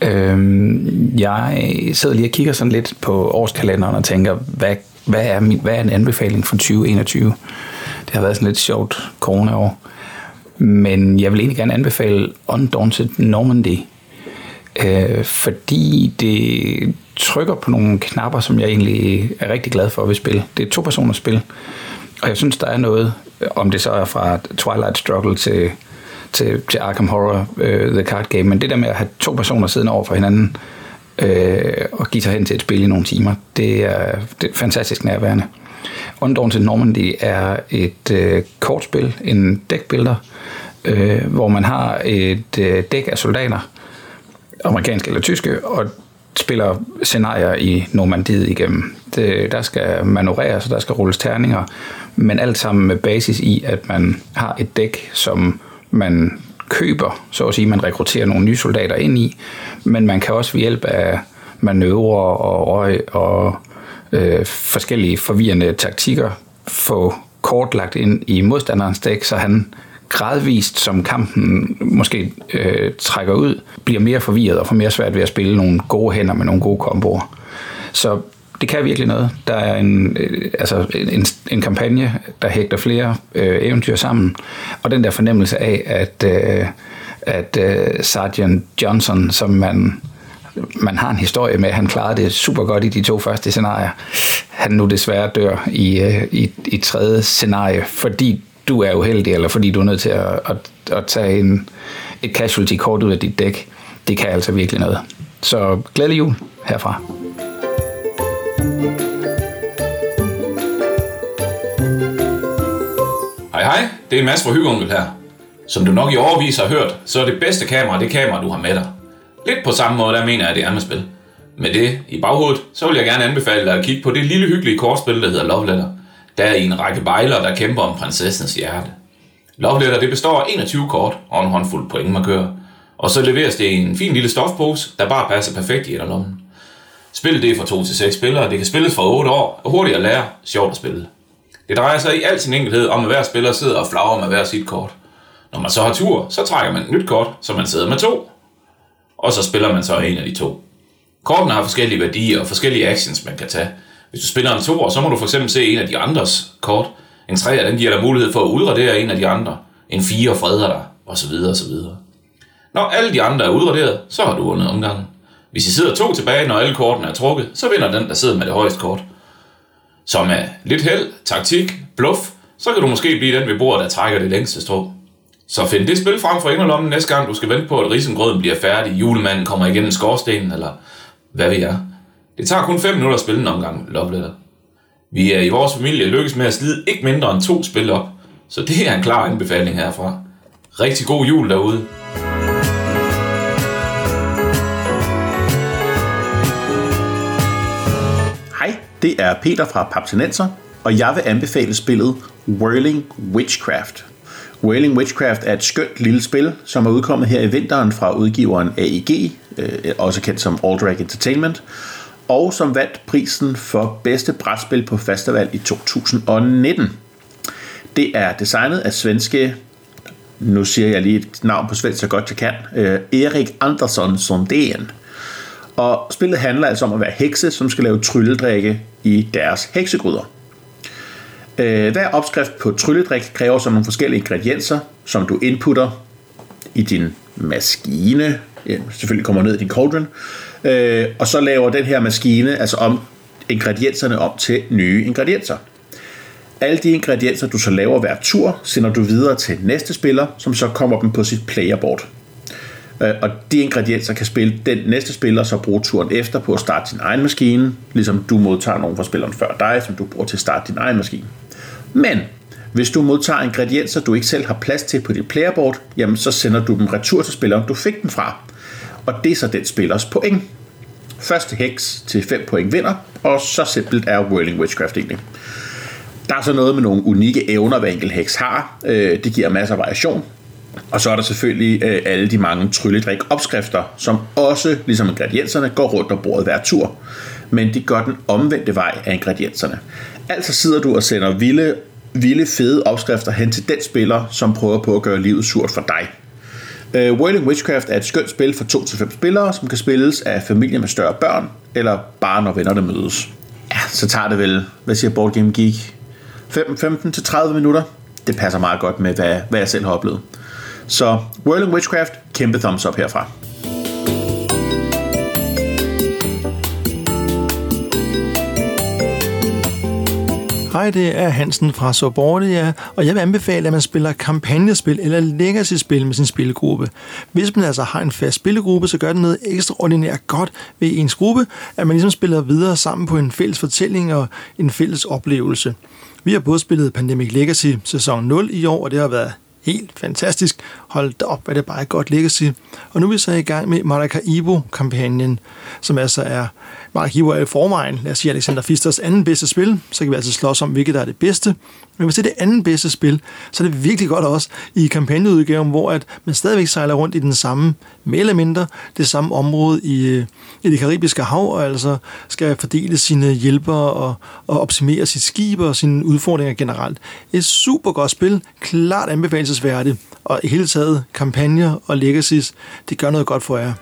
Speaker 1: Jeg sidder lige og kigger sådan lidt på årskalenderen og tænker, hvad, hvad, er, min, hvad er en anbefaling for tyve enogtyve? Det har været sådan lidt sjovt coronaår. Men jeg vil egentlig gerne anbefale Undaunted Normandy, øh, fordi det trykker på nogle knapper, som jeg egentlig er rigtig glad for ved spil. Det er et to-personers spil, og jeg synes, der er noget, om det så er fra Twilight Struggle til, til, til Arkham Horror, uh, The Card Game, men det der med at have to personer siddende over for hinanden øh, og give sig hen til et spil i nogle timer, det er, det er fantastisk nærværende. Undaunted Normandy er et øh, kortspil, en deckbuilder, øh, hvor man har et øh, dæk af soldater, amerikanske eller tyske, og spiller scenarier i Normandiet igennem. Det, der skal manøvreres, og der skal rulles terninger, men alt sammen med basis i, at man har et dæk, som man køber, så at sige, man rekrutterer nogle nye soldater ind i, men man kan også ved hjælp af manøvrer og røg og øh, forskellige forvirrende taktikker få kort lagt ind i modstanderens dæk, så han gradvist, som kampen måske øh, trækker ud, bliver mere forvirret og får mere svært ved at spille nogle gode hænder med nogle gode komboer. Så det kan virkelig noget. Der er en, øh, altså en, en kampagne, der hægter flere øh, eventyr sammen, og den der fornemmelse af, at, øh, at øh, Sergeant Johnson, som man, man har en historie med, han klarede det super godt i de to første scenarier, han nu desværre dør i, øh, i, i tredje scenarie, fordi du er uheldig, eller fordi du er nødt til at, at, at tage en, et casualty-kort ud af dit dæk. Det kan altså virkelig noget. Så glædelig jul herfra.
Speaker 16: Hej hej, det er Mads fra Hyggeonkel her. Som du nok i overvis har hørt, så er det bedste kamera det kamera, du har med dig. Lidt på samme måde, der mener jeg, det er med spil. Med det i baghovedet, så vil jeg gerne anbefale dig at kigge på det lille hyggelige kortspil, der hedder Love Letter. Der er i en række bejler, der kæmper om prinsessens hjerte. Love Letter, det består af enogtyve kort og en håndfuld pointmarkører. Og så leveres det i en fin lille stofpose, der bare passer perfekt i inderlommen. Spillet det er fra to til seks spillere, det kan spilles fra otte år, og hurtigt at lære, sjovt at spille. Det drejer sig i al sin enkelhed om, at hver spiller sidder og flagrer med hver sit kort. Når man så har tur, så trækker man et nyt kort, så man sidder med to. Og så spiller man så en af de to. Kortene har forskellige værdier og forskellige actions, man kan tage. Hvis du spiller en toer, så må du for eksempel se en af de andres kort. En treer, den giver dig mulighed for at udradere en af de andre. En fire freder dig, og så videre, og så videre. Når alle de andre er udraderet, så har du vundet omgangen. Hvis I sidder to tilbage, når alle kortene er trukket, så vinder den, der sidder med det højeste kort. Så med lidt held, taktik, bluff, så kan du måske blive den ved bordet, der trækker det længste strå. Så find det spil frem for inderlommen næste gang, du skal vente på, at risengrøden bliver færdig, julemanden kommer igennem skorstenen, eller hvad ved jeg. Det tager kun fem minutter at spille en omgang Love Letter. Vi er i vores familie lykkes med at slide ikke mindre end to spil op, så det er en klar anbefaling herfra. Rigtig god jul derude.
Speaker 17: Hej, det er Peter fra Papstinenser, og jeg vil anbefale spillet Whirling Witchcraft. Whirling Witchcraft er et skønt lille spil, som er udkommet her i vinteren fra udgiveren A E G, øh, også kendt som Alderac Entertainment, og som vandt prisen for bedste brætspil på festival i to tusind nitten. Det er designet af svenske, nu siger jeg lige et navn på svensk så godt jeg kan, øh, Erik Andersson Sundén. Og spillet handler altså om at være hekse, som skal lave trylledrikke i deres heksegryder. Øh, hver opskrift på trylledrik kræver så nogle forskellige ingredienser, som du inputter i din maskine, ja, selvfølgelig kommer ned i din cauldron, øh, og så laver den her maskine altså om ingredienserne om til nye ingredienser. Alle de ingredienser, du så laver hver tur, sender du videre til næste spiller, som så kommer dem på sit playerboard. Øh, og de ingredienser kan spille den næste spiller så bruge turen efter på at starte din egen maskine, ligesom du modtager nogen fra spilleren før dig, som du bruger til at starte din egen maskine. Men hvis du modtager ingredienser, du ikke selv har plads til på dit playerboard, jamen så sender du dem retur til spilleren, du fik dem fra. Og det er så den spillers point. Første heks til fem point vinder, og så simpelt er Whirling Witchcraft egentlig. Der er så noget med nogle unikke evner, hver enkelt heks har. Det giver masser af variation. Og så er der selvfølgelig alle de mange trylledrik opskrifter, som også, ligesom ingredienserne, går rundt om bordet hver tur. Men de gør den omvendte vej af ingredienserne. Altså sidder du og sender vilde vilde, fede opskrifter hen til den spiller, som prøver på at gøre livet surt for dig. Uh, Whirling Witchcraft er et skønt spil for to til fem spillere, som kan spilles af familier med større børn, eller bare når vennerne mødes. Ja, så tager det vel, hvad siger Board Game Geek, femten til tredive minutter. Det passer meget godt med, hvad, hvad jeg selv har oplevet. Så Whirling Witchcraft, kæmpe thumbs up herfra.
Speaker 18: Hej, det er Hansen fra Sobordia, og jeg vil anbefale, at man spiller kampagnespil eller legacy-spil med sin spillegruppe. Hvis man altså har en fast spillegruppe, så gør det noget ekstraordinært godt ved ens gruppe, at man ligesom spiller videre sammen på en fælles fortælling og en fælles oplevelse. Vi har både spillet Pandemic Legacy sæson nul i år, og det har været helt fantastisk. Hold da op, hvad det bare er godt legacy. Og nu er vi så i gang med Maracaibo-kampagnen, som altså er Maracaibo er i forvejen, lad os sige Alexander Pfisters anden bedste spil, så kan vi altså slås om, hvilket der er det bedste. Men hvis det er det anden bedste spil, så er det virkelig godt også i kampagneudgaven, hvor at man stadigvæk sejler rundt i den samme, mere eller mindre, det samme område i, i det karibiske hav, og altså skal fordele sine hjælpere og, og optimere sit skib og sine udfordringer generelt. Et super godt spil, klart anbefalelsesværdigt, og i hele taget kampagner og legacies, det gør noget godt for jer.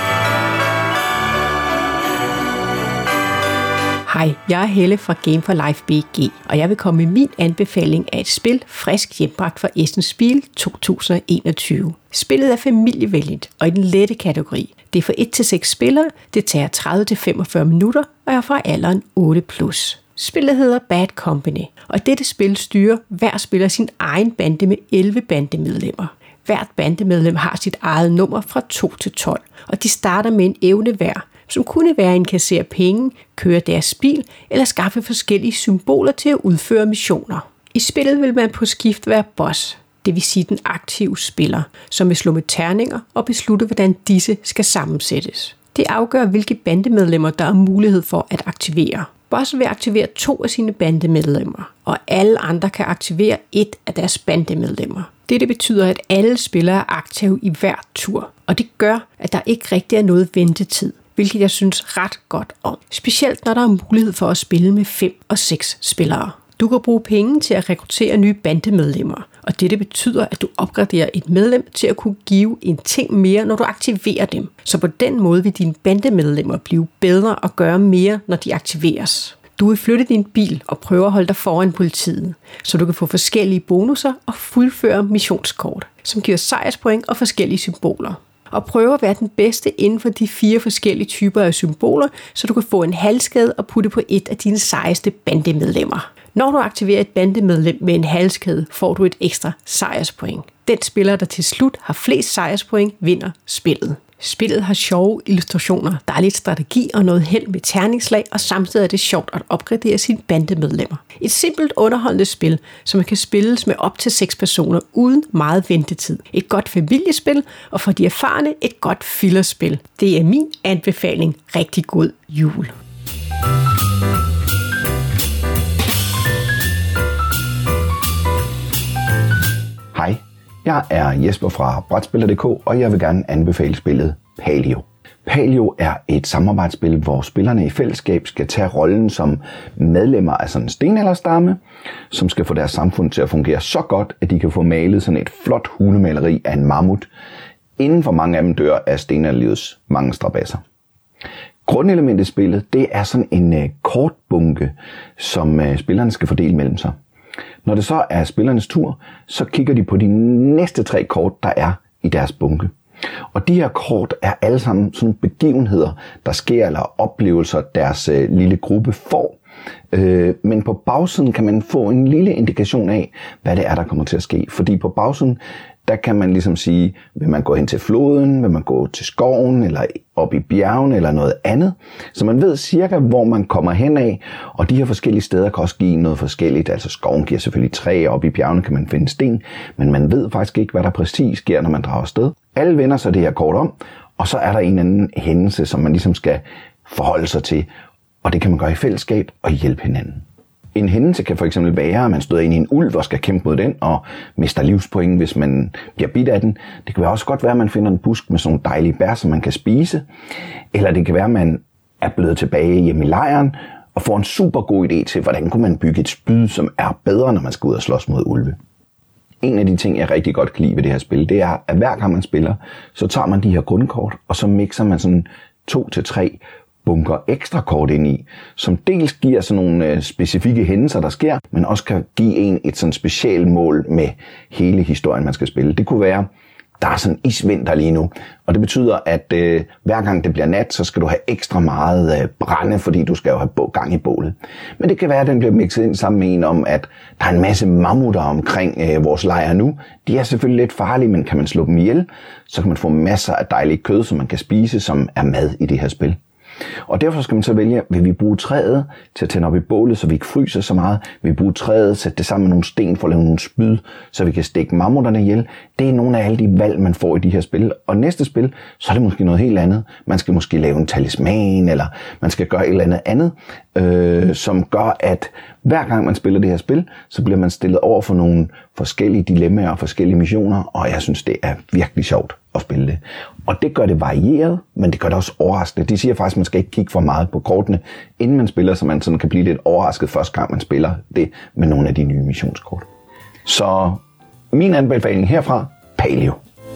Speaker 19: Hej, jeg er Helle fra Game for Life B G, og jeg vil komme med min anbefaling af et spil frisk hjembragt fra Essen Spiel to tusind enogtyve. Spillet er familievenligt og i den lette kategori. Det er for et til seks spillere, det tager tredive til femogfyrre minutter og er fra alderen otte plus. Spillet hedder Bad Company, og i dette spil styrer hver spiller sin egen bande med elleve bandemedlemmer. Hvert bandemedlem har sit eget nummer fra to til tolv, og de starter med en evne hver, som kunne være at inkassere penge, køre deres bil eller skaffe forskellige symboler til at udføre missioner. I spillet vil man på skift være boss, det vil sige den aktive spiller, som vil slå med terninger og beslutte, hvordan disse skal sammensættes. Det afgør, hvilke bandemedlemmer der er mulighed for at aktivere. Bossen vil aktivere to af sine bandemedlemmer, og alle andre kan aktivere et af deres bandemedlemmer. Dette betyder, at alle spillere er aktive i hver tur, og det gør, at der ikke rigtig er noget ventetid, hvilket jeg synes ret godt om. Specielt når der er mulighed for at spille med fem og seks spillere. Du kan bruge penge til at rekruttere nye bandemedlemmer, og dette betyder, at du opgraderer et medlem til at kunne give en ting mere, når du aktiverer dem. Så på den måde vil dine bandemedlemmer blive bedre og gøre mere, når de aktiveres. Du vil flytte din bil og prøve at holde dig foran politiet, så du kan få forskellige bonusser og fuldføre missionskort, som giver sejrspoint og forskellige symboler. Og prøve at være den bedste inden for de fire forskellige typer af symboler, så du kan få en halskæde og putte på et af dine sejeste bandemedlemmer. Når du aktiverer et bandemedlem med en halskæde, får du et ekstra sejrspoint. Den spiller, der til slut har flest sejrspoint, vinder spillet. Spillet har sjove illustrationer, der er lidt strategi og noget held med terningslag, og samtidig er det sjovt at opgradere sine bandemedlemmer. Et simpelt underholdende spil, som kan spilles med op til seks personer uden meget ventetid. Et godt familiespil, og for de erfarne et godt fillerspil. Det er min anbefaling. Rigtig god jul.
Speaker 20: Hej, jeg er Jesper fra Brætspiller punktum d k, og jeg vil gerne anbefale spillet Paleo. Paleo er et samarbejdsspil, hvor spillerne i fællesskab skal tage rollen som medlemmer af sådan en stenalderstamme, som skal få deres samfund til at fungere så godt, at de kan få malet sådan et flot hulemaleri af en mammut, inden for mange af dem dør af stenalderlivets mange strabasser. Grundelementet i spillet, det er sådan en uh, kortbunke, som uh, spillerne skal fordele mellem sig. Når det så er spillernes tur, så kigger de på de næste tre kort, der er i deres bunke. Og de her kort er alle sammen sådan begivenheder, der sker, eller oplevelser, deres øh, lille gruppe får. Øh, men på bagsiden kan man få en lille indikation af, hvad det er, der kommer til at ske. Fordi på bagsiden, der kan man ligesom sige, vil man gå hen til floden, vil man gå til skoven, eller op i bjergen, eller noget andet. Så man ved cirka, hvor man kommer hen af, og de her forskellige steder kan også give noget forskelligt. Altså skoven giver selvfølgelig træ, og op i bjergene kan man finde sten, men man ved faktisk ikke, hvad der præcis sker, når man drager afsted. Alle vender sig det her kort om, og så er der en anden hændelse, som man ligesom skal forholde sig til, og det kan man gøre i fællesskab og hjælpe hinanden. En hændelse kan for eksempel være, at man støder ind i en ulv og skal kæmpe mod den og mister livspoint, hvis man bliver bidt af den. Det kan også godt være, at man finder en busk med sådan nogle dejlige bær, som man kan spise. Eller det kan være, at man er blevet tilbage hjemme i lejren, og får en super god idé til, hvordan kunne man bygge et spyd, som er bedre, når man skal ud og slås mod ulve. En af de ting, jeg rigtig godt kan lide ved det her spil, det er, at hver gang man spiller, så tager man de her grundkort, og så mixer man sådan to til tre bunker ekstra kort ind i, som dels giver sådan nogle øh, specifikke hændelser, der sker, men også kan give en et sådan specielt mål med hele historien, man skal spille. Det kunne være, der er sådan isvinter lige nu, og det betyder, at øh, hver gang det bliver nat, så skal du have ekstra meget øh, brænde, fordi du skal jo have gang i bålet. Men det kan være, at den bliver mixet ind sammen med en om, at der er en masse mammutter omkring øh, vores lejr nu. De er selvfølgelig lidt farlige, men kan man slå dem ihjel, så kan man få masser af dejligt kød, som man kan spise, som er mad i det her spil. Og derfor skal man så vælge, vil vi bruge træet til at tænde op i bålet, så vi ikke fryser så meget? Vil vi bruge træet, sætte det sammen med nogle sten for at lave nogle spyd, så vi kan stikke mammutterne ihjel? Det er nogle af alle de valg, man får i de her spil. Og næste spil, så er det måske noget helt andet. Man skal måske lave en talisman, eller man skal gøre et eller andet andet, øh, som gør, at hver gang man spiller det her spil, så bliver man stillet over for nogle forskellige dilemmaer og forskellige missioner, og jeg synes, det er virkelig sjovt at spille det. Og det gør det varieret, men det gør det også overraskende. De siger faktisk, at man skal ikke kigge for meget på kortene, inden man spiller, så man sådan kan blive lidt overrasket første gang, man spiller det med nogle af de nye missionskort. Så min anbefaling herfra, Paleo.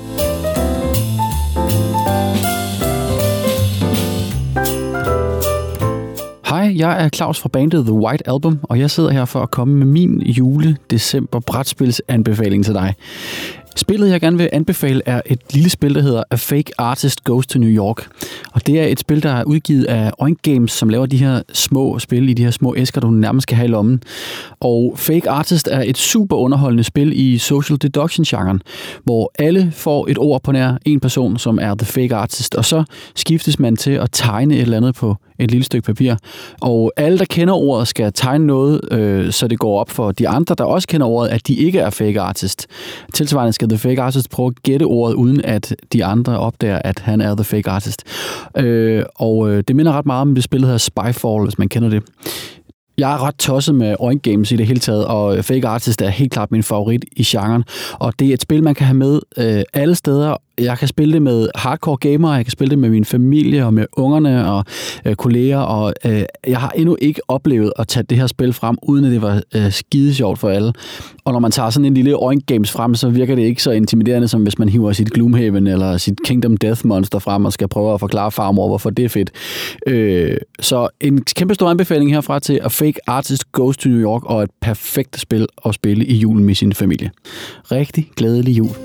Speaker 21: Hej, jeg er Claus fra bandet The White Album, og jeg sidder her for at komme med min jule-december-brætspilsanbefaling til dig. Spillet, jeg gerne vil anbefale, er et lille spil, der hedder A Fake Artist Goes to New York. Og det er et spil, der er udgivet af Oink Games, som laver de her små spil i de her små æsker, du nærmest skal have i lommen. Og Fake Artist er et super underholdende spil i social deduction-genren, hvor alle får et ord på nær en person, som er The Fake Artist, og så skiftes man til at tegne et eller andet på et lille stykke papir. Og alle, der kender ordet, skal tegne noget, øh, så det går op for de andre, der også kender ordet, at de ikke er fake artist. Tilsvarende skal The Fake Artist prøve at gætte ordet, uden at de andre opdager, at han er The Fake Artist. Øh, og øh, det minder ret meget om det spil, der hedder Spyfall, hvis man kender det. Jeg er ret tosset med Oink Games i det hele taget, og Fake Artist er helt klart min favorit i genren. Og det er et spil, man kan have med øh, alle steder. Jeg kan spille det med hardcore gamere, jeg kan spille det med min familie og med ungerne og øh, kolleger, og øh, jeg har endnu ikke oplevet at tage det her spil frem, uden at det var øh, skide sjovt for alle. Og når man tager sådan en lille Oink Games frem, så virker det ikke så intimiderende, som hvis man hiver sit Gloomhaven eller sit Kingdom Death Monster frem og skal prøve at forklare farmor, hvorfor det er fedt. Øh, så en kæmpe stor anbefaling herfra til A Fake Artist Goes to New York, og et perfekt spil at spille i julen med sin familie. Rigtig glædelig jul.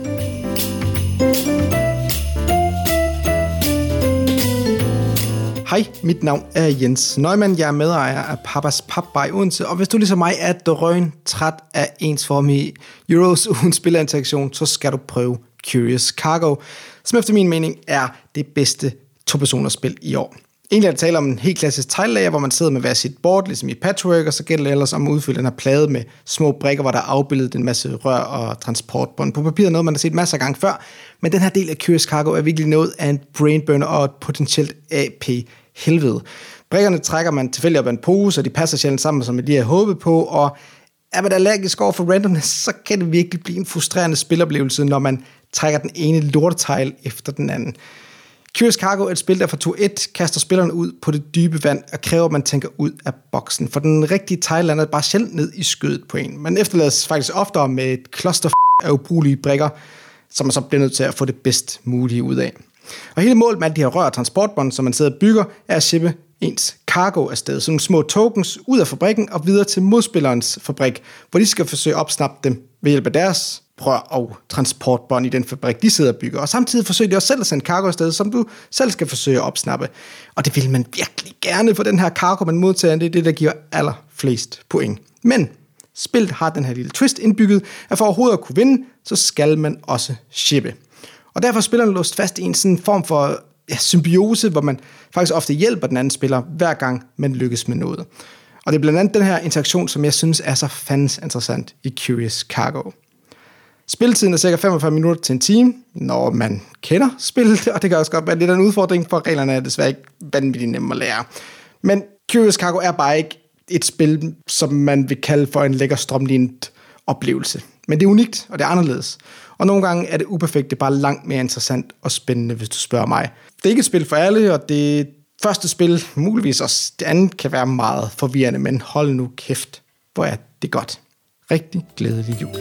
Speaker 18: Hej, mit navn er Jens Neumann. Jeg er medejer af Papas Papbar i Odense, og hvis du ligesom mig er drøn træt af ensformige Euros uden spillerinteraktion, så skal du prøve Curious Cargo, som efter min mening er det bedste to-personers spil i år. Egentlig er det tale om en helt klassisk teglelager, hvor man sidder med hver sit board, ligesom i Patchwork, og så gælder det ellers om at udfylde den her plade med små brikker, hvor der er afbildet en masse rør og transportbånd på papiret, noget man har set masser af gange før. Men den her del af Curious Cargo er virkelig noget af en brainburner og et potentielt A P-helvede. Brikkerne trækker man tilfældigt op af en pose, og de passer sjældent sammen, som jeg lige har håbet på, og er man allergisk over for randomness, så kan det virkelig blive en frustrerende spiloplevelse, når man trækker den ene lortetegl efter den anden. Curious Cargo er et spil, der fra tur et kaster spillerne ud på det dybe vand og kræver, at man tænker ud af boksen. For den rigtige tegl lander bare sjældent ned i skødet på en. Man efterlades faktisk oftere med et cluster af ubrugelige brikker, som man så bliver nødt til at få det bedst mulige ud af. Og hele målet med alle de her rør og transportbånd, som man sidder og bygger, er at shippe ens cargo afsted. Sådan nogle små tokens ud af fabrikken og videre til modspillerens fabrik, hvor de skal forsøge at opsnappe dem ved hjælp af deres rør og transportbånd i den fabrik, de sidder og bygger. Og samtidig forsøger de også selv at sende cargo afsted, som du selv skal forsøge at opsnappe. Og det vil man virkelig gerne, for den her cargo, man modtager, det er det, der giver allerflest point. Men spillet har den her lille twist indbygget, at for overhovedet at kunne vinde, så skal man også shippe. Og derfor er spillerne låst fast i en sådan form for ja, symbiose, hvor man faktisk ofte hjælper den anden spiller, hver gang man lykkes med noget. Og det er blandt andet den her interaktion, som jeg synes er så fandens interessant i Curious Cargo. Spilletiden er cirka femogfyrre minutter til en time, når man kender spillet, og det kan også godt være lidt af en udfordring, for reglerne er desværre ikke vanvittigt nemme at lære. Men Curious Cargo er bare ikke et spil, som man vil kalde for en lækker strømlignet oplevelse. Men det er unikt, og det er anderledes. Og nogle gange er det uperfekte bare langt mere interessant og spændende, hvis du spørger mig. Det er ikke et spil for alle, og det
Speaker 4: første spil, muligvis også det andet, kan være meget forvirrende, men hold nu kæft, hvor er det godt. Rigtig glædelig jul.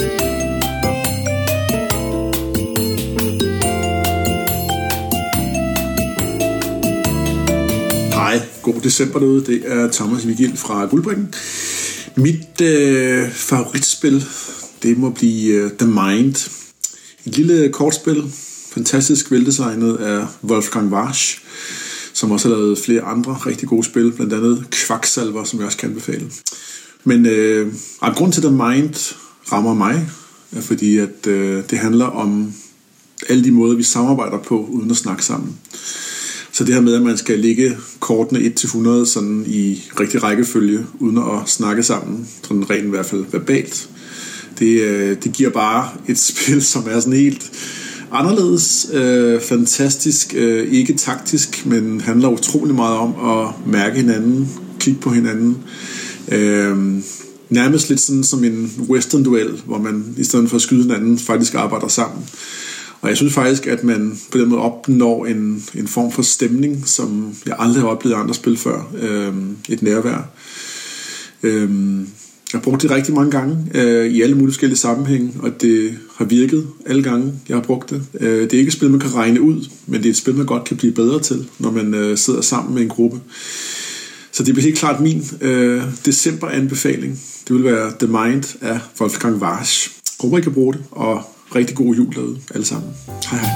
Speaker 22: Hej, god december derude. Det er Thomas Vigil fra Guldbrikken. Mit øh, favoritspil, det må blive øh, The Mind. Et lille kortspil, fantastisk veldesignet af Wolfgang Warsch, som også har lavet flere andre rigtig gode spil, blandt andet Quacksalver, som jeg også kan anbefale. Men øh, grund til, at The Mind rammer mig, er fordi, at øh, det handler om alle de måder, vi samarbejder på, uden at snakke sammen. Så det her med, at man skal lægge kortene et til hundrede sådan i rigtig rækkefølge, uden at snakke sammen, sådan rent i hvert fald verbalt, det, øh, det giver bare et spil, som er sådan helt anderledes, øh, fantastisk, øh, ikke taktisk, men handler utrolig meget om at mærke hinanden, kigge på hinanden. Øh, nærmest lidt sådan som en western-duel, hvor man i stedet for at skyde hinanden faktisk arbejder sammen. Og jeg synes faktisk, at man på den måde opnår en, en form for stemning, som jeg aldrig har oplevet i andre spil før. Øh, et nærvær. Øh, jeg har brugt det rigtig mange gange øh, i alle mulige forskellige sammenhænge, og det har virket alle gange, jeg har brugt det. Øh, det er ikke et spil, man kan regne ud, men det er et spil, man godt kan blive bedre til, når man øh, sidder sammen med en gruppe. Så det bliver helt klart min øh, december-anbefaling. Det vil være The Mind af Wolfgang Warsch. Håber, I kan bruge det, og rigtig god jul derude alle sammen. Hej hej.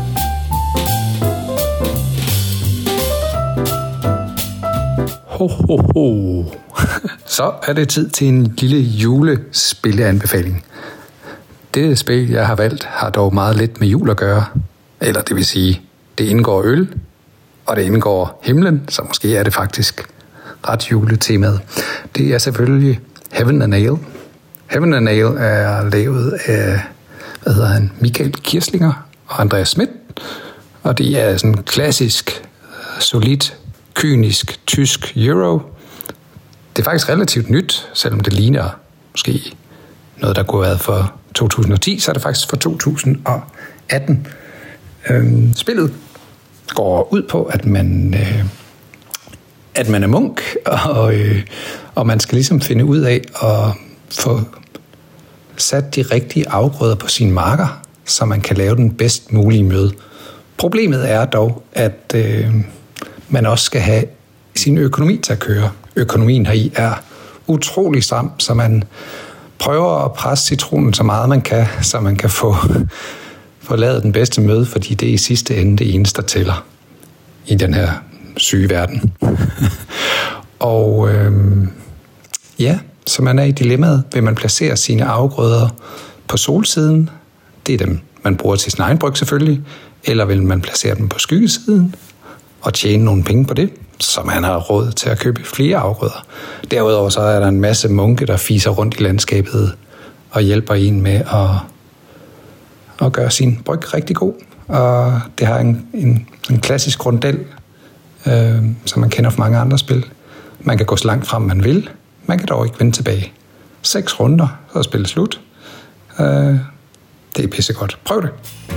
Speaker 23: Ho, ho, ho. Så er det tid til en lille julespilleanbefaling. Det spil, jeg har valgt, har dog meget lidt med jul at gøre. Eller det vil sige, det indgår øl, og det indgår himlen, så måske er det faktisk ret juletemaet. Det er selvfølgelig Heaven and Ale. Heaven and Ale er lavet af, hvad hedder han, Michael Kirslinger og Andreas Schmidt, og det er sådan en klassisk, solid, kynisk, tysk euro. Det er faktisk relativt nyt, selvom det ligner måske noget, der kunne have været for to tusind og ti, så er det faktisk for to tusind og atten. Øhm, spillet går ud på, at man, øh, at man er munk, og, øh, og man skal ligesom finde ud af at få sat de rigtige afgrøder på sine marker, så man kan lave den bedst mulige møde. Problemet er dog, at øh, man også skal have sin økonomi til at køre. Økonomien heri er utrolig stram, så man prøver at presse citronen så meget man kan, så man kan få, få lavet den bedste møde, fordi det er i sidste ende det eneste, der tæller i den her syge verden. Og øh, ja, så man er i dilemmaet. Vil man placere sine afgrøder på solsiden? Det er dem, man bruger til sin egen bryg selvfølgelig. Eller vil man placere dem på skyggesiden og tjene nogle penge på det, så man har råd til at købe flere afgrøder. Derudover så er der en masse munke, der fiser rundt i landskabet og hjælper en med at, at gøre sin bryg rigtig god. Og det har en, en, en klassisk rundel, øh, som man kender fra mange andre spil. Man kan gå så langt frem, man vil. Man kan dog ikke vende tilbage. Seks runder, så er spillet slut. Øh, det er pissegodt. Prøv det.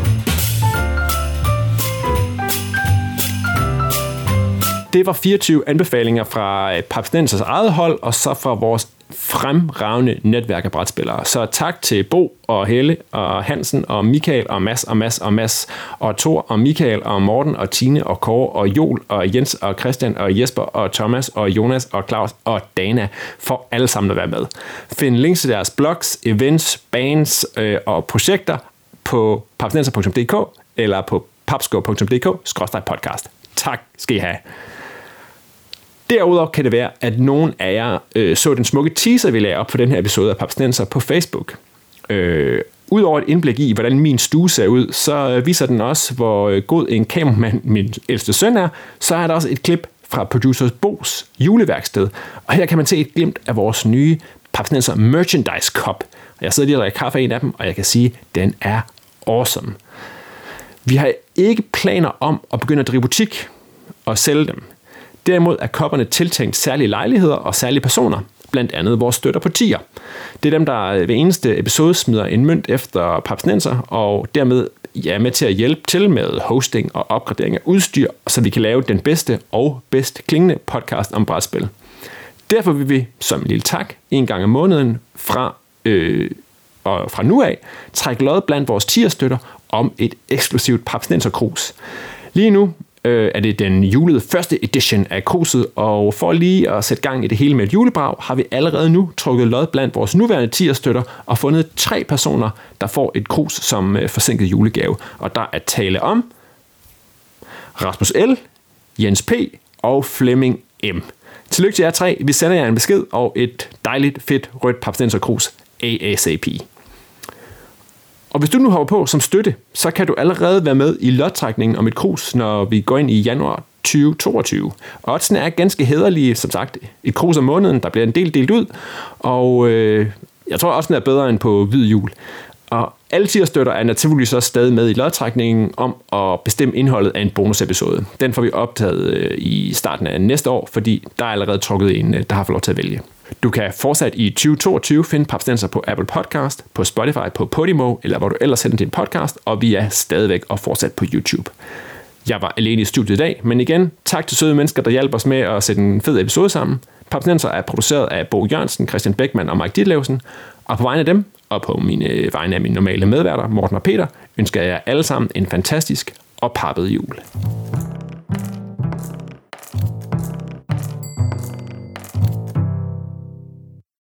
Speaker 2: Det var fireogtyve anbefalinger fra Papsnensers eget hold, og så fra vores fremragende netværk af brætspillere. Så tak til Bo og Helle og Hansen og Michael og Mads og Mads og Mads og Thor og Michael og Morten og Tine og Kåre og Joel og Jens og Christian og Jesper og Thomas og Jonas og Claus og Dana for alle sammen at være med. Find links til deres blogs, events, bands øh, og projekter på papsnenser punktum d k eller på papsko punktum d k skråstreg podcast. Tak skal I have. Derudover kan det være, at nogen af jer øh, så den smukke teaser, vi lagde op for den her episode af Papsnenser på Facebook. Øh, Udover et indblik i, hvordan min stue ser ud, så viser den også, hvor god en kameramand min ældste søn er. Så er der også et klip fra Producers Bo's juleværksted. Og her kan man se et glimt af vores nye Papsnenser Merchandise Cup. Jeg sidder lige og drikker kaffe af en af dem, og jeg kan sige, at den er awesome. Vi har ikke planer om at begynde at drive butik og sælge dem. Derimod er kopperne tiltænkt særlige lejligheder og særlige personer. blandt andet vores støtter på tier. Det er dem, der ved eneste episode smider en mønt efter Papsnenser, og dermed er med til at hjælpe til med hosting og opgradering af udstyr, så vi kan lave den bedste og bedst klingende podcast om brætspil. Derfor vil vi, som en lille tak, en gang om måneden fra, øh, og fra nu af, trække lod blandt vores tierstøtter om et eksklusivt Papsnenser-krus. Lige nu øh, er det den julede første edition af kruset, og for lige at sætte gang i det hele med et julebrag, har vi allerede nu trukket lod blandt vores nuværende tierstøtter og fundet tre personer, der får et krus som øh, forsinket julegave. Og der er tale om Rasmus L., Jens P. og Flemming M. Tillykke til jer tre. Vi sender jer en besked og et dejligt, fedt rødt Papsnenser-krus A S A P. Og hvis du nu hopper på som støtte, så kan du allerede være med i lodtrækningen om et krus, når vi går ind i januar tyve toogtyve. Oddsene er ganske hæderlige, som sagt. Et krus om måneden, der bliver en del delt ud, og øh, jeg tror oddsene er bedre end på hvid jul. Og alle tierstøtter er naturligvis også stadig med i lodtrækningen om at bestemme indholdet af en bonusepisode. Den får vi optaget øh, i starten af næste år, fordi der er allerede trukket en, der har fået lov til at vælge. Du kan fortsat i tyve toogtyve finde Papsnenser på Apple Podcast, på Spotify, på Podimo, eller hvor du ellers sender din podcast, og vi er stadigvæk og fortsat på YouTube. Jeg var alene i studiet i dag, men igen, tak til søde mennesker, der hjælper os med at sætte en fed episode sammen. Papsnenser er produceret af Bo Jørgensen, Christian Beckmann og Mike Ditlevsen, og på vegne af dem, og på mine vegne af mine normale medværter, Morten og Peter, ønsker jeg jer alle sammen en fantastisk og pappet jul.